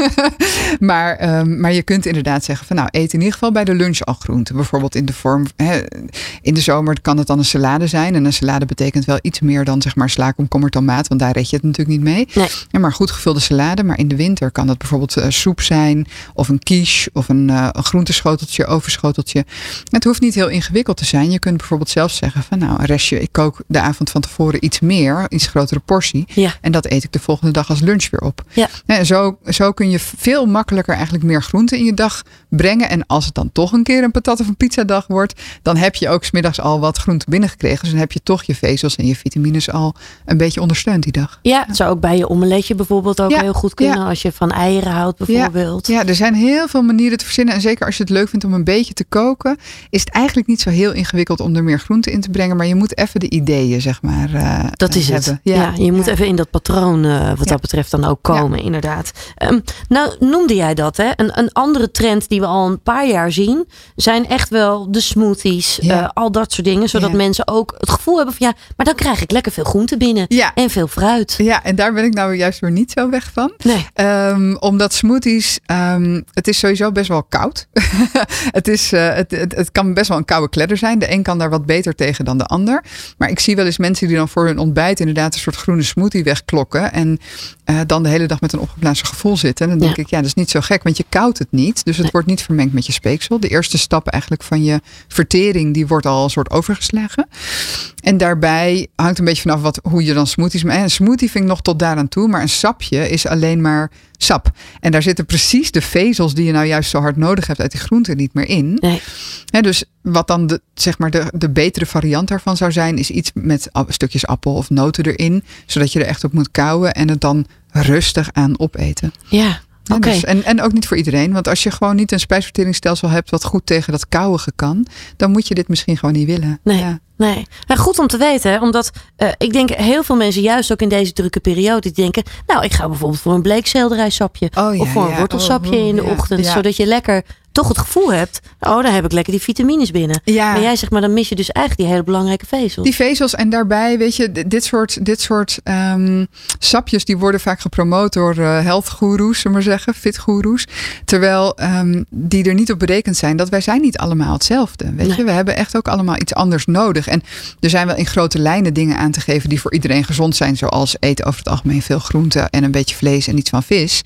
maar, um, maar je kunt inderdaad zeggen van nou, eet in ieder geval bij de lunch al groenten. Bijvoorbeeld in de vorm, hè, in de zomer kan het dan een salade zijn. En een salade betekent wel iets meer dan zeg maar sla, komkommer, tomaat. Want daar red je het natuurlijk niet mee. Nee. Ja, maar goed gevulde salade. Maar in de winter kan dat bijvoorbeeld uh, soep zijn. Of een quiche. Of een, uh, een groenteschoteltje, ovenschoteltje. Het hoeft niet heel ingewikkeld te zijn. Je kunt bijvoorbeeld zelf zeggen van nou, een restje. Ik kook de avond van tevoren iets meer, iets grotere portie. Ja. En dat eet ik de volgende dag als lunch weer op. Ja. En zo, zo kun je veel makkelijker eigenlijk meer groenten in je dag brengen. En als het dan toch een keer een patat of een pizzadag wordt, dan heb je ook 's middags al wat groenten binnengekregen. Dus dan heb je toch je vezels en je vitamines al een beetje ondersteund die dag. Ja, het zou ook bij je omeletje bijvoorbeeld ook ja. heel goed kunnen. Ja. Als je van eieren houdt bijvoorbeeld. Ja. ja, er zijn heel veel manieren te verzinnen. En zeker als je het leuk vindt om een beetje te koken, is het eigenlijk niet zo heel ingewikkeld om er meer groenten in te brengen. Maar je moet even de ideeën, zeg maar, uh, Dat is hebben. het. Ja, ja je moet ja. even in dat patroon uh, wat ja. dat betreft dan ook komen, ja. inderdaad. Um, nou, noemde jij dat, hè? Een, een andere trend die we al een paar jaar zien, zijn echt wel de smoothies, ja. uh, al dat soort dingen. Zodat ja. mensen ook het gevoel hebben van ja, maar dan krijg ik lekker veel groente binnen. Ja. En veel fruit. Ja, en daar ben ik nou juist weer niet zo weg van. Nee. Um, omdat smoothies, um, het is sowieso best wel koud. het, is, uh, het, het, het kan best wel een koude kledder zijn. De een kan daar wat beter tegen dan de ander. Maar ik zie wel eens mensen die dan voor hun ontbijt inderdaad een soort groene smoothie wegklokken. En uh, dan de hele dag met een opgeblazen gevoel zitten. En dan denk ja. ik, ja, dat is niet zo gek, want je koudt het niet. Dus het nee. wordt niet vermengd met je speeksel. De eerste stap eigenlijk van je vertering, die wordt al een soort overgeslagen. En daarbij hangt een beetje vanaf wat, hoe je dan smoothies... Een smoothie vind ik nog tot daaraan toe, maar een sapje is alleen maar sap. En daar zitten precies de vezels die je nou juist zo hard nodig hebt uit die groenten niet meer in. Nee. He, dus wat dan de, zeg maar de, de betere variant daarvan zou zijn, is iets met stukjes appel of noten erin. Zodat je er echt op moet kauwen en het dan rustig aan opeten. Ja. Ja, okay. dus, en, en ook niet voor iedereen. Want als je gewoon niet een spijsverteringsstelsel hebt wat goed tegen dat kauwige kan, dan moet je dit misschien gewoon niet willen. Nee. Ja. Nee, nou, goed om te weten, hè? Omdat uh, ik denk heel veel mensen juist ook in deze drukke periode die denken, nou ik ga bijvoorbeeld voor een bleekselderijsapje oh, ja, of voor een ja. wortelsapje oh, oh, in de ja, ochtend, ja. zodat je lekker toch het gevoel hebt, oh dan heb ik lekker die vitamines binnen. Ja. Maar jij zegt, maar dan mis je dus eigenlijk die hele belangrijke vezels. Die vezels en daarbij, weet je, dit soort, dit soort um, sapjes die worden vaak gepromoot door uh, health goeroes, zullen we maar zeggen, fit goeroes. Terwijl um, die er niet op berekend zijn dat wij zijn niet allemaal hetzelfde. Weet nee. je, we hebben echt ook allemaal iets anders nodig. En er zijn wel in grote lijnen dingen aan te geven die voor iedereen gezond zijn. Zoals eten over het algemeen veel groente en een beetje vlees en iets van vis.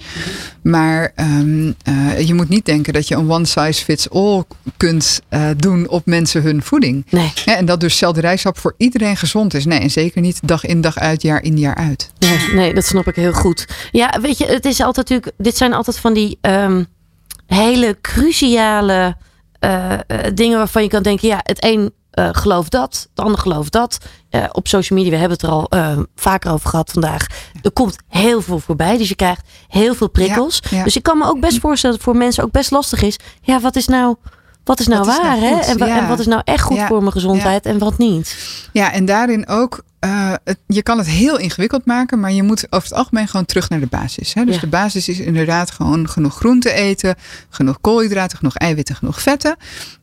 Maar um, uh, je moet niet denken dat je een one size fits all kunt uh, doen op mensen hun voeding. Nee. Ja, en dat dus selderijsap voor iedereen gezond is. Nee, en zeker niet dag in dag uit, jaar in jaar uit. Nee, nee, dat snap ik heel goed. Ja, weet je, het is altijd natuurlijk, dit zijn altijd van die um, hele cruciale uh, uh, dingen waarvan je kan denken, ja, het een Uh, geloof dat, de ander gelooft dat. Uh, op social media, we hebben het er al uh, vaker over gehad vandaag. Er komt heel veel voorbij, dus je krijgt heel veel prikkels. Ja, ja. Dus ik kan me ook best voorstellen dat het voor mensen ook best lastig is. Ja, wat is nou, wat is nou wat waar? Is nou hè? En, ja. en wat is nou echt goed ja. voor mijn gezondheid ja. en wat niet? Ja, en daarin ook, uh, het, je kan het heel ingewikkeld maken, maar je moet over het algemeen gewoon terug naar de basis. Hè? Dus ja. de basis is inderdaad gewoon genoeg groente eten, genoeg koolhydraten, genoeg eiwitten, genoeg vetten.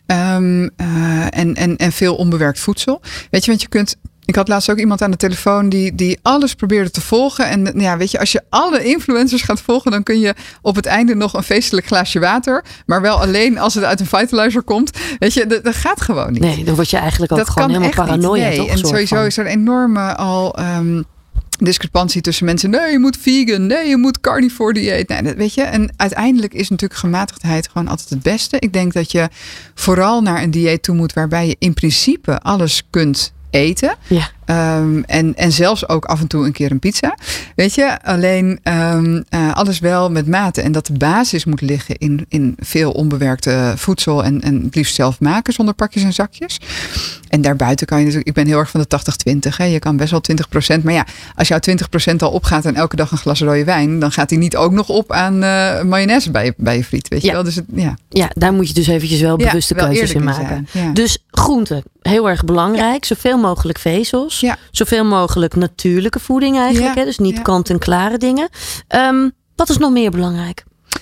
Um, uh, en, en, en veel onbewerkt voedsel. Weet je, want je kunt. Ik had laatst ook iemand aan de telefoon die, die alles probeerde te volgen. En ja, weet je, als je alle influencers gaat volgen, dan kun je op het einde nog een feestelijk glaasje water. Maar wel alleen als het uit een Vitalizer komt. Weet je, dat, dat gaat gewoon niet. Nee, dan word je eigenlijk ook dat gewoon helemaal paranoia. Nee. Toch, en sowieso van. Is er een enorme al. Um, discrepantie tussen mensen. Nee, je moet vegan. Nee, je moet carnivore dieet. Nee, dat weet je. En uiteindelijk is natuurlijk gematigdheid gewoon altijd het beste. Ik denk dat je vooral naar een dieet toe moet waarbij je in principe alles kunt eten. Ja. Um, en, en zelfs ook af en toe een keer een pizza. Weet je, alleen um, uh, alles wel met mate. En dat de basis moet liggen in, in veel onbewerkte voedsel. En, en het liefst zelf maken zonder pakjes en zakjes. En daarbuiten kan je natuurlijk, ik ben heel erg van de tachtig twintig. Hè. Je kan best wel twintig procent. Maar ja, als jouw twintig procent al opgaat en elke dag een glas rode wijn, dan gaat die niet ook nog op aan uh, mayonaise bij je, bij je friet. Weet je ja. wel? Dus het, ja. ja, daar moet je dus eventjes wel bewuste ja, wel keuzes in maken. Ja. Dus groenten, heel erg belangrijk. Ja. Zoveel mogelijk vezels. Ja. Zoveel mogelijk natuurlijke voeding eigenlijk. Ja. Hè? Dus niet ja. kant-en-klare dingen. Um, wat is nog meer belangrijk?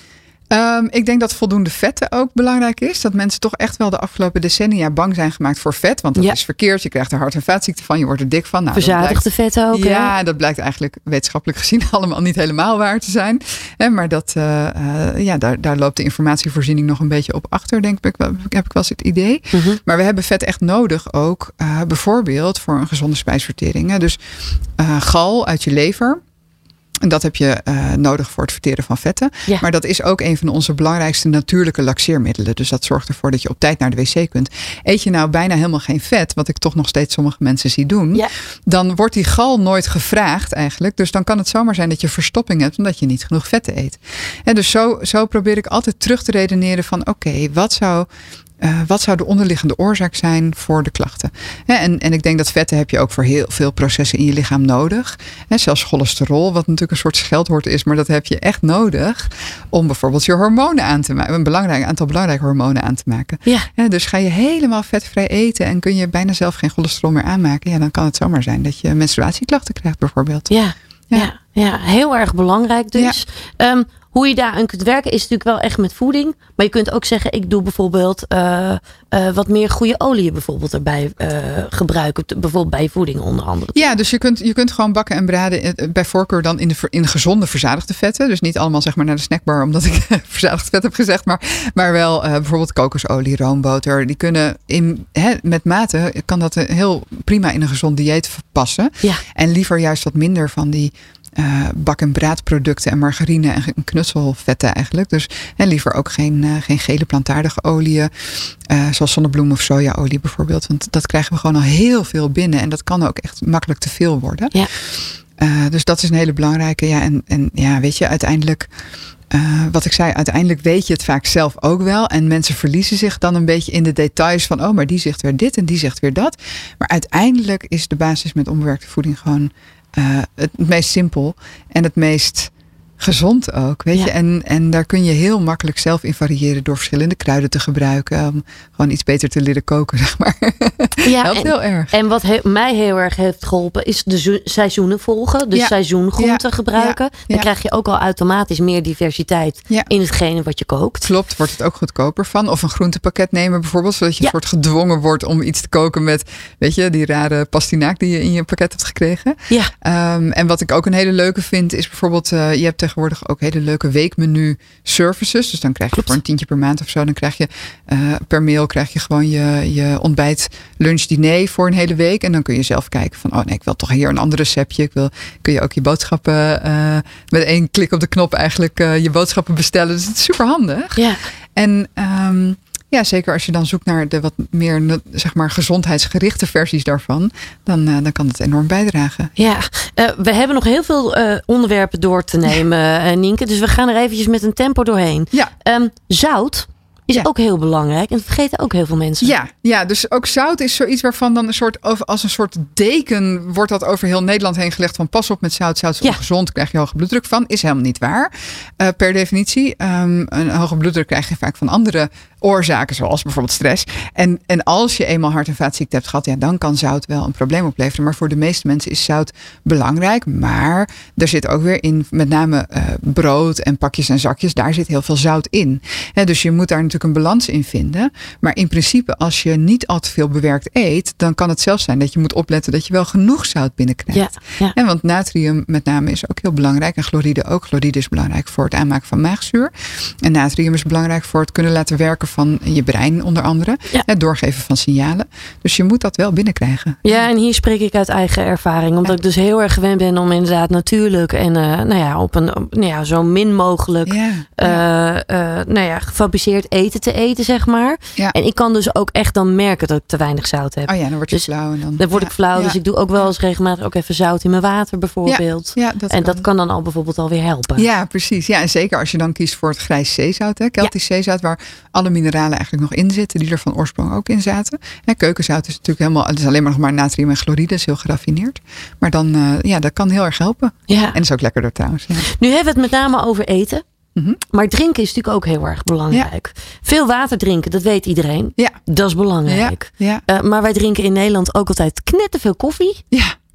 Um, ik denk dat voldoende vetten ook belangrijk is. Dat mensen toch echt wel de afgelopen decennia bang zijn gemaakt voor vet. Want dat ja. is verkeerd. Je krijgt er hart- en vaatziekten van. Je wordt er dik van. Nou, verzadigde vetten ook. Ja, hè? dat blijkt eigenlijk wetenschappelijk gezien allemaal niet helemaal waar te zijn. He, maar dat, uh, uh, ja, daar, daar loopt de informatievoorziening nog een beetje op achter, denk ik. Heb ik wel eens het idee. Mm-hmm. Maar we hebben vet echt nodig ook. Uh, bijvoorbeeld voor een gezonde spijsvertering. Hè. Dus uh, gal uit je lever. En dat heb je uh, nodig voor het verteren van vetten. Ja. Maar dat is ook een van onze belangrijkste natuurlijke laxeermiddelen. Dus dat zorgt ervoor dat je op tijd naar de wc kunt. Eet je nou bijna helemaal geen vet, wat ik toch nog steeds sommige mensen zie doen. Ja. Dan wordt die gal nooit gevraagd eigenlijk. Dus dan kan het zomaar zijn dat je verstopping hebt omdat je niet genoeg vetten eet. En dus zo, zo probeer ik altijd terug te redeneren van oké, okay, wat zou... Uh, wat zou de onderliggende oorzaak zijn voor de klachten? He, en, en ik denk dat vetten heb je ook voor heel veel processen in je lichaam nodig. He, zelfs cholesterol, wat natuurlijk een soort scheldwoord is, maar dat heb je echt nodig om bijvoorbeeld je hormonen aan te maken. Een belangrijk aantal belangrijke hormonen aan te maken. Ja. He, dus ga je helemaal vetvrij eten en kun je bijna zelf geen cholesterol meer aanmaken, ja, dan kan het zomaar zijn dat je menstruatieklachten krijgt bijvoorbeeld. Ja, ja. ja, ja heel erg belangrijk dus. Ja. Um, Hoe je daaraan kunt werken is natuurlijk wel echt met voeding. Maar je kunt ook zeggen, ik doe bijvoorbeeld uh, uh, wat meer goede olie bijvoorbeeld erbij uh, gebruiken. Bijvoorbeeld bij voeding onder andere. Ja, dus je kunt, je kunt gewoon bakken en braden bij voorkeur dan in de, in de gezonde verzadigde vetten. Dus niet allemaal zeg maar naar de snackbar omdat ik verzadigd vet heb gezegd. Maar, maar wel uh, bijvoorbeeld kokosolie, roomboter. Die kunnen in, he, met mate kan dat heel prima in een gezond dieet passen. Ja. En liever juist wat minder van die... Uh, bak- en braadproducten en margarine en knutselvetten eigenlijk. Dus en liever ook geen, uh, geen gele plantaardige oliën. Uh, zoals zonnebloem of sojaolie bijvoorbeeld. Want dat krijgen we gewoon al heel veel binnen. En dat kan ook echt makkelijk te veel worden. Ja. Uh, dus dat is een hele belangrijke. Ja, en, en ja, weet je, uiteindelijk... Uh, wat ik zei, uiteindelijk weet je het vaak zelf ook wel. En mensen verliezen zich dan een beetje in de details van... oh, maar die zegt weer dit en die zegt weer dat. Maar uiteindelijk is de basis met onbewerkte voeding gewoon... Uh, het meest simpel en het meest gezond ook, weet ja. je. En, en daar kun je heel makkelijk zelf in variëren door verschillende kruiden te gebruiken. Om gewoon iets beter te leren koken, zeg maar. Ja, helpt en, heel erg. En wat he, mij heel erg heeft geholpen is de zo- seizoenen volgen. Dus ja. seizoengroenten ja. gebruiken. Ja. Dan ja. krijg je ook al automatisch meer diversiteit ja. in hetgene wat je kookt. Klopt, wordt het ook goedkoper van. Of een groentepakket nemen bijvoorbeeld. Zodat je ja. soort gedwongen wordt om iets te koken met, weet je, die rare pastinaak die je in je pakket hebt gekregen. Ja. Um, en wat ik ook een hele leuke vind is bijvoorbeeld, uh, je hebt tegenwoordig ook hele leuke weekmenu services. Dus dan krijg je Klopt. voor een tientje per maand of zo. Dan krijg je uh, per mail krijg je gewoon je, je ontbijt, lunch, diner voor een hele week. En dan kun je zelf kijken van, oh nee, ik wil toch hier een ander receptje. Ik wil, kun je ook je boodschappen uh, met één klik op de knop eigenlijk uh, je boodschappen bestellen. Dus het is super handig. Ja. En um, ja, zeker als je dan zoekt naar de wat meer, zeg maar, gezondheidsgerichte versies daarvan, dan, uh, dan kan het enorm bijdragen. Ja, uh, we hebben nog heel veel uh, onderwerpen door te nemen, ja. uh, Nienke. Dus we gaan er eventjes met een tempo doorheen. Ja. Um, zout is ja. ook heel belangrijk. En dat vergeten ook heel veel mensen. Ja, ja, dus ook zout is zoiets waarvan dan een soort, als een soort deken wordt dat over heel Nederland heen gelegd. Van pas op met zout, zout is ja. ongezond, krijg je hoge bloeddruk van. Is helemaal niet waar. Uh, per definitie. Um, een hoge bloeddruk krijg je vaak van andere oorzaken, zoals bijvoorbeeld stress. En, en als je eenmaal hart- en vaatziekte hebt gehad, ja, dan kan zout wel een probleem opleveren. Maar voor de meeste mensen is zout belangrijk. Maar er zit ook weer in, met name uh, brood en pakjes en zakjes, daar zit heel veel zout in. He, dus je moet daar natuurlijk een balans in vinden. Maar in principe, als je niet al te veel bewerkt eet, dan kan het zelfs zijn dat je moet opletten dat je wel genoeg zout binnenkrijgt. Ja, ja. En want natrium met name is ook heel belangrijk. En chloride ook. Chloride is belangrijk voor het aanmaken van maagzuur. En natrium is belangrijk voor het kunnen laten werken van je brein onder andere. Ja. Het doorgeven van signalen. Dus je moet dat wel binnenkrijgen. Ja, en hier spreek ik uit eigen ervaring. Omdat ja. ik dus heel erg gewend ben om inderdaad natuurlijk en uh, nou ja, op een nou ja, zo min mogelijk ja. Ja. Uh, uh, nou ja, gefabriceerd eten te eten, zeg maar. Ja. En ik kan dus ook echt dan merken dat ik te weinig zout heb. Oh ja, dan word je dus, flauw. En dan, dan word ja. ik flauw. Ja. Dus ik doe ook wel eens regelmatig ook even zout in mijn water bijvoorbeeld. Ja. Ja, dat en kan. dat kan dan al bijvoorbeeld alweer helpen. Ja, precies. Ja, en zeker als je dan kiest voor het grijs zeezout, hè, Keltisch ja. zeezout, waar alle mineralen eigenlijk nog in zitten, die er van oorsprong ook in zaten. En keukenzout is natuurlijk helemaal, het is alleen maar nog maar natrium en chloride, is heel geraffineerd. Maar dan, uh, ja, dat kan heel erg helpen. Ja. En dat is ook lekkerder trouwens. Ja. Nu hebben we het met name over eten. Mm-hmm. Maar drinken is natuurlijk ook heel erg belangrijk. Ja. Veel water drinken, dat weet iedereen. Ja. Dat is belangrijk. Ja. Ja. Uh, maar wij drinken in Nederland ook altijd knetterveel koffie. Ja.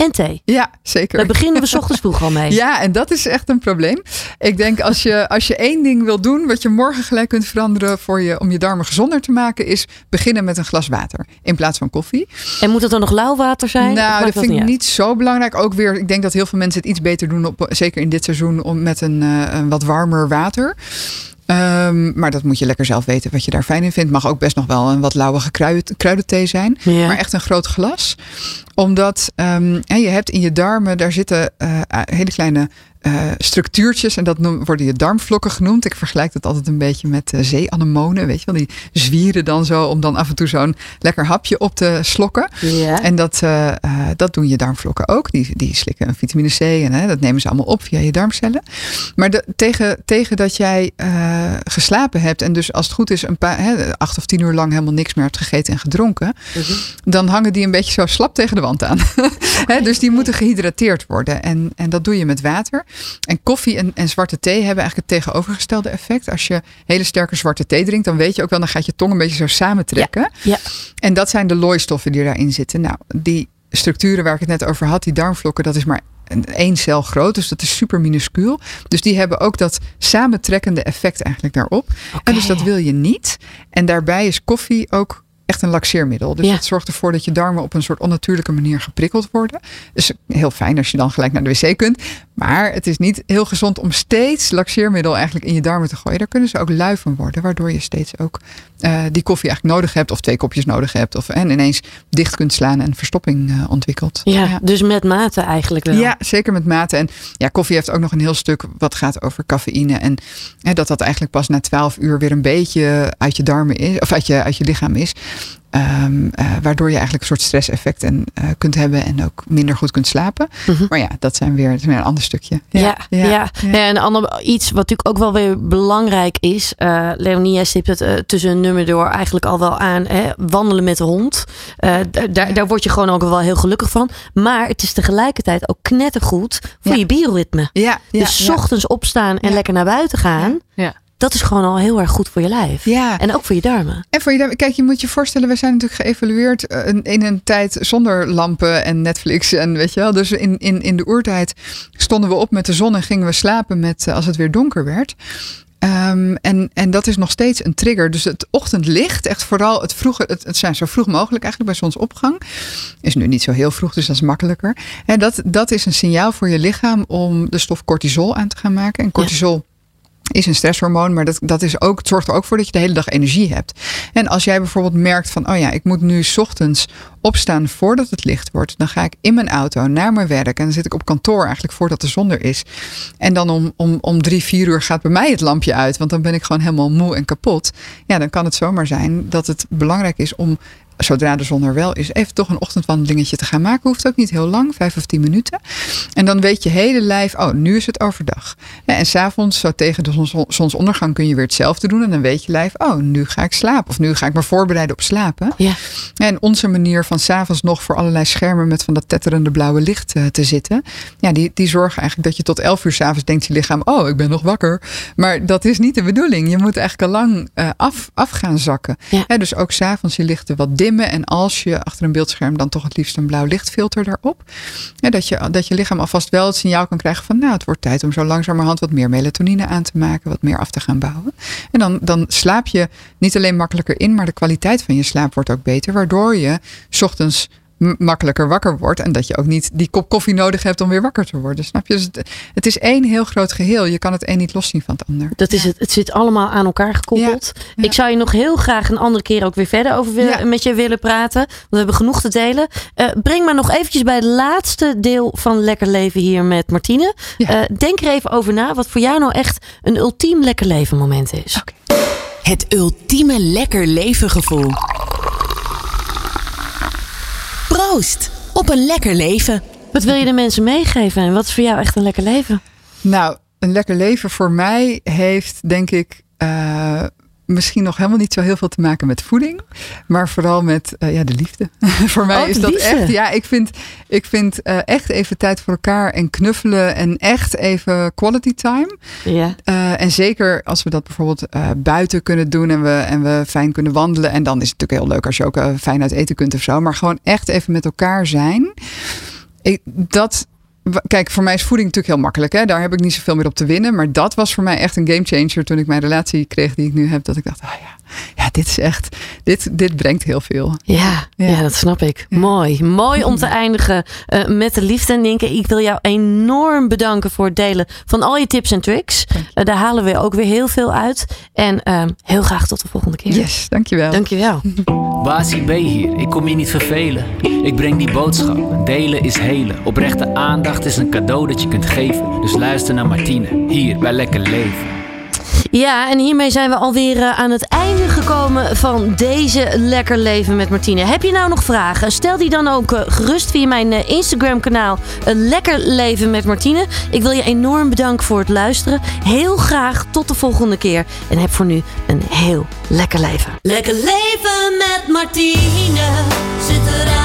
en thee. Ja, zeker. Daar beginnen we 's ochtends vroeg al mee. Ja, en dat is echt een probleem. Ik denk als je, als je één ding wil doen wat je morgen gelijk kunt veranderen voor je, om je darmen gezonder te maken, is beginnen met een glas water in plaats van koffie. En moet het dan nog lauw water zijn? Nou, dat vind ik niet, niet zo belangrijk. Ook weer, ik denk dat heel veel mensen het iets beter doen, op, zeker in dit seizoen, om met een, uh, een wat warmer water. Um, maar dat moet je lekker zelf weten wat je daar fijn in vindt. Mag ook best nog wel een wat lauwige kruid, kruidenthee zijn. Ja. Maar echt een groot glas. Omdat um, en je hebt in je darmen, daar zitten uh, hele kleine uh, structuurtjes. En dat noem, worden je darmvlokken genoemd. Ik vergelijk dat altijd een beetje met uh, zeeanemonen. Weet je wel, die zwieren dan zo om dan af en toe zo'n lekker hapje op te slokken. Ja. En dat, uh, uh, dat doen je darmvlokken ook. Die, die slikken een vitamine C en hè, dat nemen ze allemaal op via je darmcellen. Maar de, tegen, tegen dat jij uh, geslapen hebt en dus als het goed is een paar, hè, acht of tien uur lang helemaal niks meer hebt gegeten en gedronken. Mm-hmm. Dan hangen die een beetje zo slap tegen de wand aan. He, dus die moeten gehydrateerd worden. En, en dat doe je met water. En koffie en, en zwarte thee hebben eigenlijk het tegenovergestelde effect. Als je hele sterke zwarte thee drinkt, dan weet je ook wel, dan gaat je tong een beetje zo samentrekken. Ja, ja. En dat zijn de looistoffen die daarin zitten. Nou, die structuren waar ik het net over had, die darmvlokken, dat is maar één cel groot. Dus dat is super minuscuul. Dus die hebben ook dat samentrekkende effect eigenlijk daarop. Okay. En dus dat wil je niet. En daarbij is koffie ook echt een laxeermiddel. Dus ja. dat zorgt ervoor dat je darmen op een soort onnatuurlijke manier geprikkeld worden. Dus heel fijn als je dan gelijk naar de wc kunt. Maar het is niet heel gezond om steeds laxeermiddel eigenlijk in je darmen te gooien. Daar kunnen ze ook lui van worden. Waardoor je steeds ook uh, die koffie eigenlijk nodig hebt. Of twee kopjes nodig hebt. Of en ineens dicht kunt slaan en verstopping uh, ontwikkelt. Ja, ja, dus met mate eigenlijk wel. Ja, zeker met mate. En ja, koffie heeft ook nog een heel stuk wat gaat over cafeïne. En hè, dat dat eigenlijk pas na twaalf uur weer een beetje uit je darmen is. Of uit je, uit je lichaam is. Um, uh, waardoor je eigenlijk een soort stresseffect en, uh, kunt hebben en ook minder goed kunt slapen. Mm-hmm. Maar ja, dat zijn weer, dat is weer een ander stukje. Ja, ja, ja. ja. ja. en ander, iets wat natuurlijk ook wel weer belangrijk is. Uh, Leonie, jij stipt het uh, tussen een nummer door eigenlijk al wel aan. Hè, wandelen met de hond. Uh, d- daar, ja. daar word je gewoon ook wel heel gelukkig van. Maar het is tegelijkertijd ook knettergoed voor ja. je bioritme. Ja, ja, dus 's ja. ochtends opstaan en ja. lekker naar buiten gaan. Ja. Ja. Dat is gewoon al heel erg goed voor je lijf. Ja. En ook voor je darmen. En voor je darmen. Kijk, je moet je voorstellen, we zijn natuurlijk geëvalueerd in een tijd zonder lampen en Netflix. En weet je wel, dus in, in, in de oertijd stonden we op met de zon en gingen we slapen met als het weer donker werd. Um, en, en dat is nog steeds een trigger. Dus het ochtendlicht, echt vooral het vroege, het, het zijn zo vroeg mogelijk eigenlijk bij zonsopgang. Is nu niet zo heel vroeg, dus dat is makkelijker. En dat, dat is een signaal voor je lichaam om de stof cortisol aan te gaan maken. En cortisol... Ja. is een stresshormoon, maar dat, dat is ook, het zorgt er ook voor dat je de hele dag energie hebt. En als jij bijvoorbeeld merkt van, oh ja, ik moet nu 's ochtends opstaan voordat het licht wordt, dan ga ik in mijn auto naar mijn werk en dan zit ik op kantoor eigenlijk voordat de zon er is. En dan om, om, om drie, vier uur gaat bij mij het lampje uit, want dan ben ik gewoon helemaal moe en kapot. Ja, dan kan het zomaar zijn dat het belangrijk is om, zodra de zon er wel is, even toch een ochtendwandelingetje te gaan maken. Hoeft ook niet heel lang, vijf of tien minuten. En dan weet je hele lijf, oh, nu is het overdag. Ja, en 's avonds, zo tegen de zons, zonsondergang, kun je weer hetzelfde doen. En dan weet je lijf, oh, nu ga ik slapen. Of nu ga ik me voorbereiden op slapen. Ja. En onze manier van 's avonds nog voor allerlei schermen met van dat tetterende blauwe licht uh, te zitten. Ja, die, die zorgen eigenlijk dat je tot elf uur 's avonds denkt je lichaam, oh, ik ben nog wakker. Maar dat is niet de bedoeling. Je moet eigenlijk al lang uh, af, af gaan zakken. Ja. Ja, dus ook 's avonds je lichten wat dimmen. En als je achter een beeldscherm dan toch het liefst een blauw lichtfilter daarop. Ja, dat, je, dat je lichaam alvast wel het signaal kan krijgen van, nou, het wordt tijd om zo langzamerhand wat meer melatonine aan te maken. Wat meer af te gaan bouwen. En dan, dan slaap je niet alleen makkelijker in, maar de kwaliteit van je slaap wordt ook beter. Waardoor je 's ochtends makkelijker wakker wordt. En dat je ook niet die kop koffie nodig hebt om weer wakker te worden. Snap je? Dus het, het is één heel groot geheel. Je kan het een niet loszien van het ander. Dat is ja. het. Het zit allemaal aan elkaar gekoppeld. Ja. Ja. Ik zou je nog heel graag een andere keer ook weer verder over willen, ja. met je willen praten. Want we hebben genoeg te delen. Uh, breng maar nog eventjes bij het laatste deel van Lekker Leven hier met Martine. Ja. Uh, denk er even over na wat voor jou nou echt een ultiem lekker leven moment is. Okay. Het ultieme lekker leven gevoel. Proost op een lekker leven. Wat wil je de mensen meegeven en wat is voor jou echt een lekker leven? Nou, een lekker leven voor mij heeft denk ik uh, misschien nog helemaal niet zo heel veel te maken met voeding. Maar vooral met uh, ja, de liefde. Voor mij oh, is dat liefde. echt. Ja, ik vind, ik vind uh, echt even tijd voor elkaar en knuffelen en echt even quality time. Ja. Uh, en zeker als we dat bijvoorbeeld uh, buiten kunnen doen en we, en we fijn kunnen wandelen. En dan is het natuurlijk heel leuk als je ook uh, fijn uit eten kunt of zo. Maar gewoon echt even met elkaar zijn. Ik, dat... Kijk, voor mij is voeding natuurlijk heel makkelijk. Hè? Daar heb ik niet zoveel meer op te winnen. Maar dat was voor mij echt een gamechanger toen ik mijn relatie kreeg die ik nu heb. Dat ik dacht, ah ja, ja dit is echt, dit, dit brengt heel veel. Ja, ja. ja dat snap ik. Ja. Mooi. Mooi om te eindigen uh, met de liefde. Nienke, ik wil jou enorm bedanken voor het delen van al je tips en tricks. Uh, daar halen we ook weer heel veel uit. En uh, heel graag tot de volgende keer. Yes, dankjewel. Dankjewel. Basie B hier, ik kom je niet vervelen. Ik breng die boodschap, delen is helen. Oprechte aandacht is een cadeau dat je kunt geven. Dus luister naar Martine, hier bij Lekker Leven. Ja, en hiermee zijn we alweer uh, aan het einde gekomen van deze Lekker Leven met Martine. Heb je nou nog vragen? Stel die dan ook uh, gerust via mijn uh, Instagram kanaal uh, Lekker Leven met Martine. Ik wil je enorm bedanken voor het luisteren. Heel graag tot de volgende keer. En heb voor nu een heel lekker leven. Lekker leven met Martine. Zit eraan.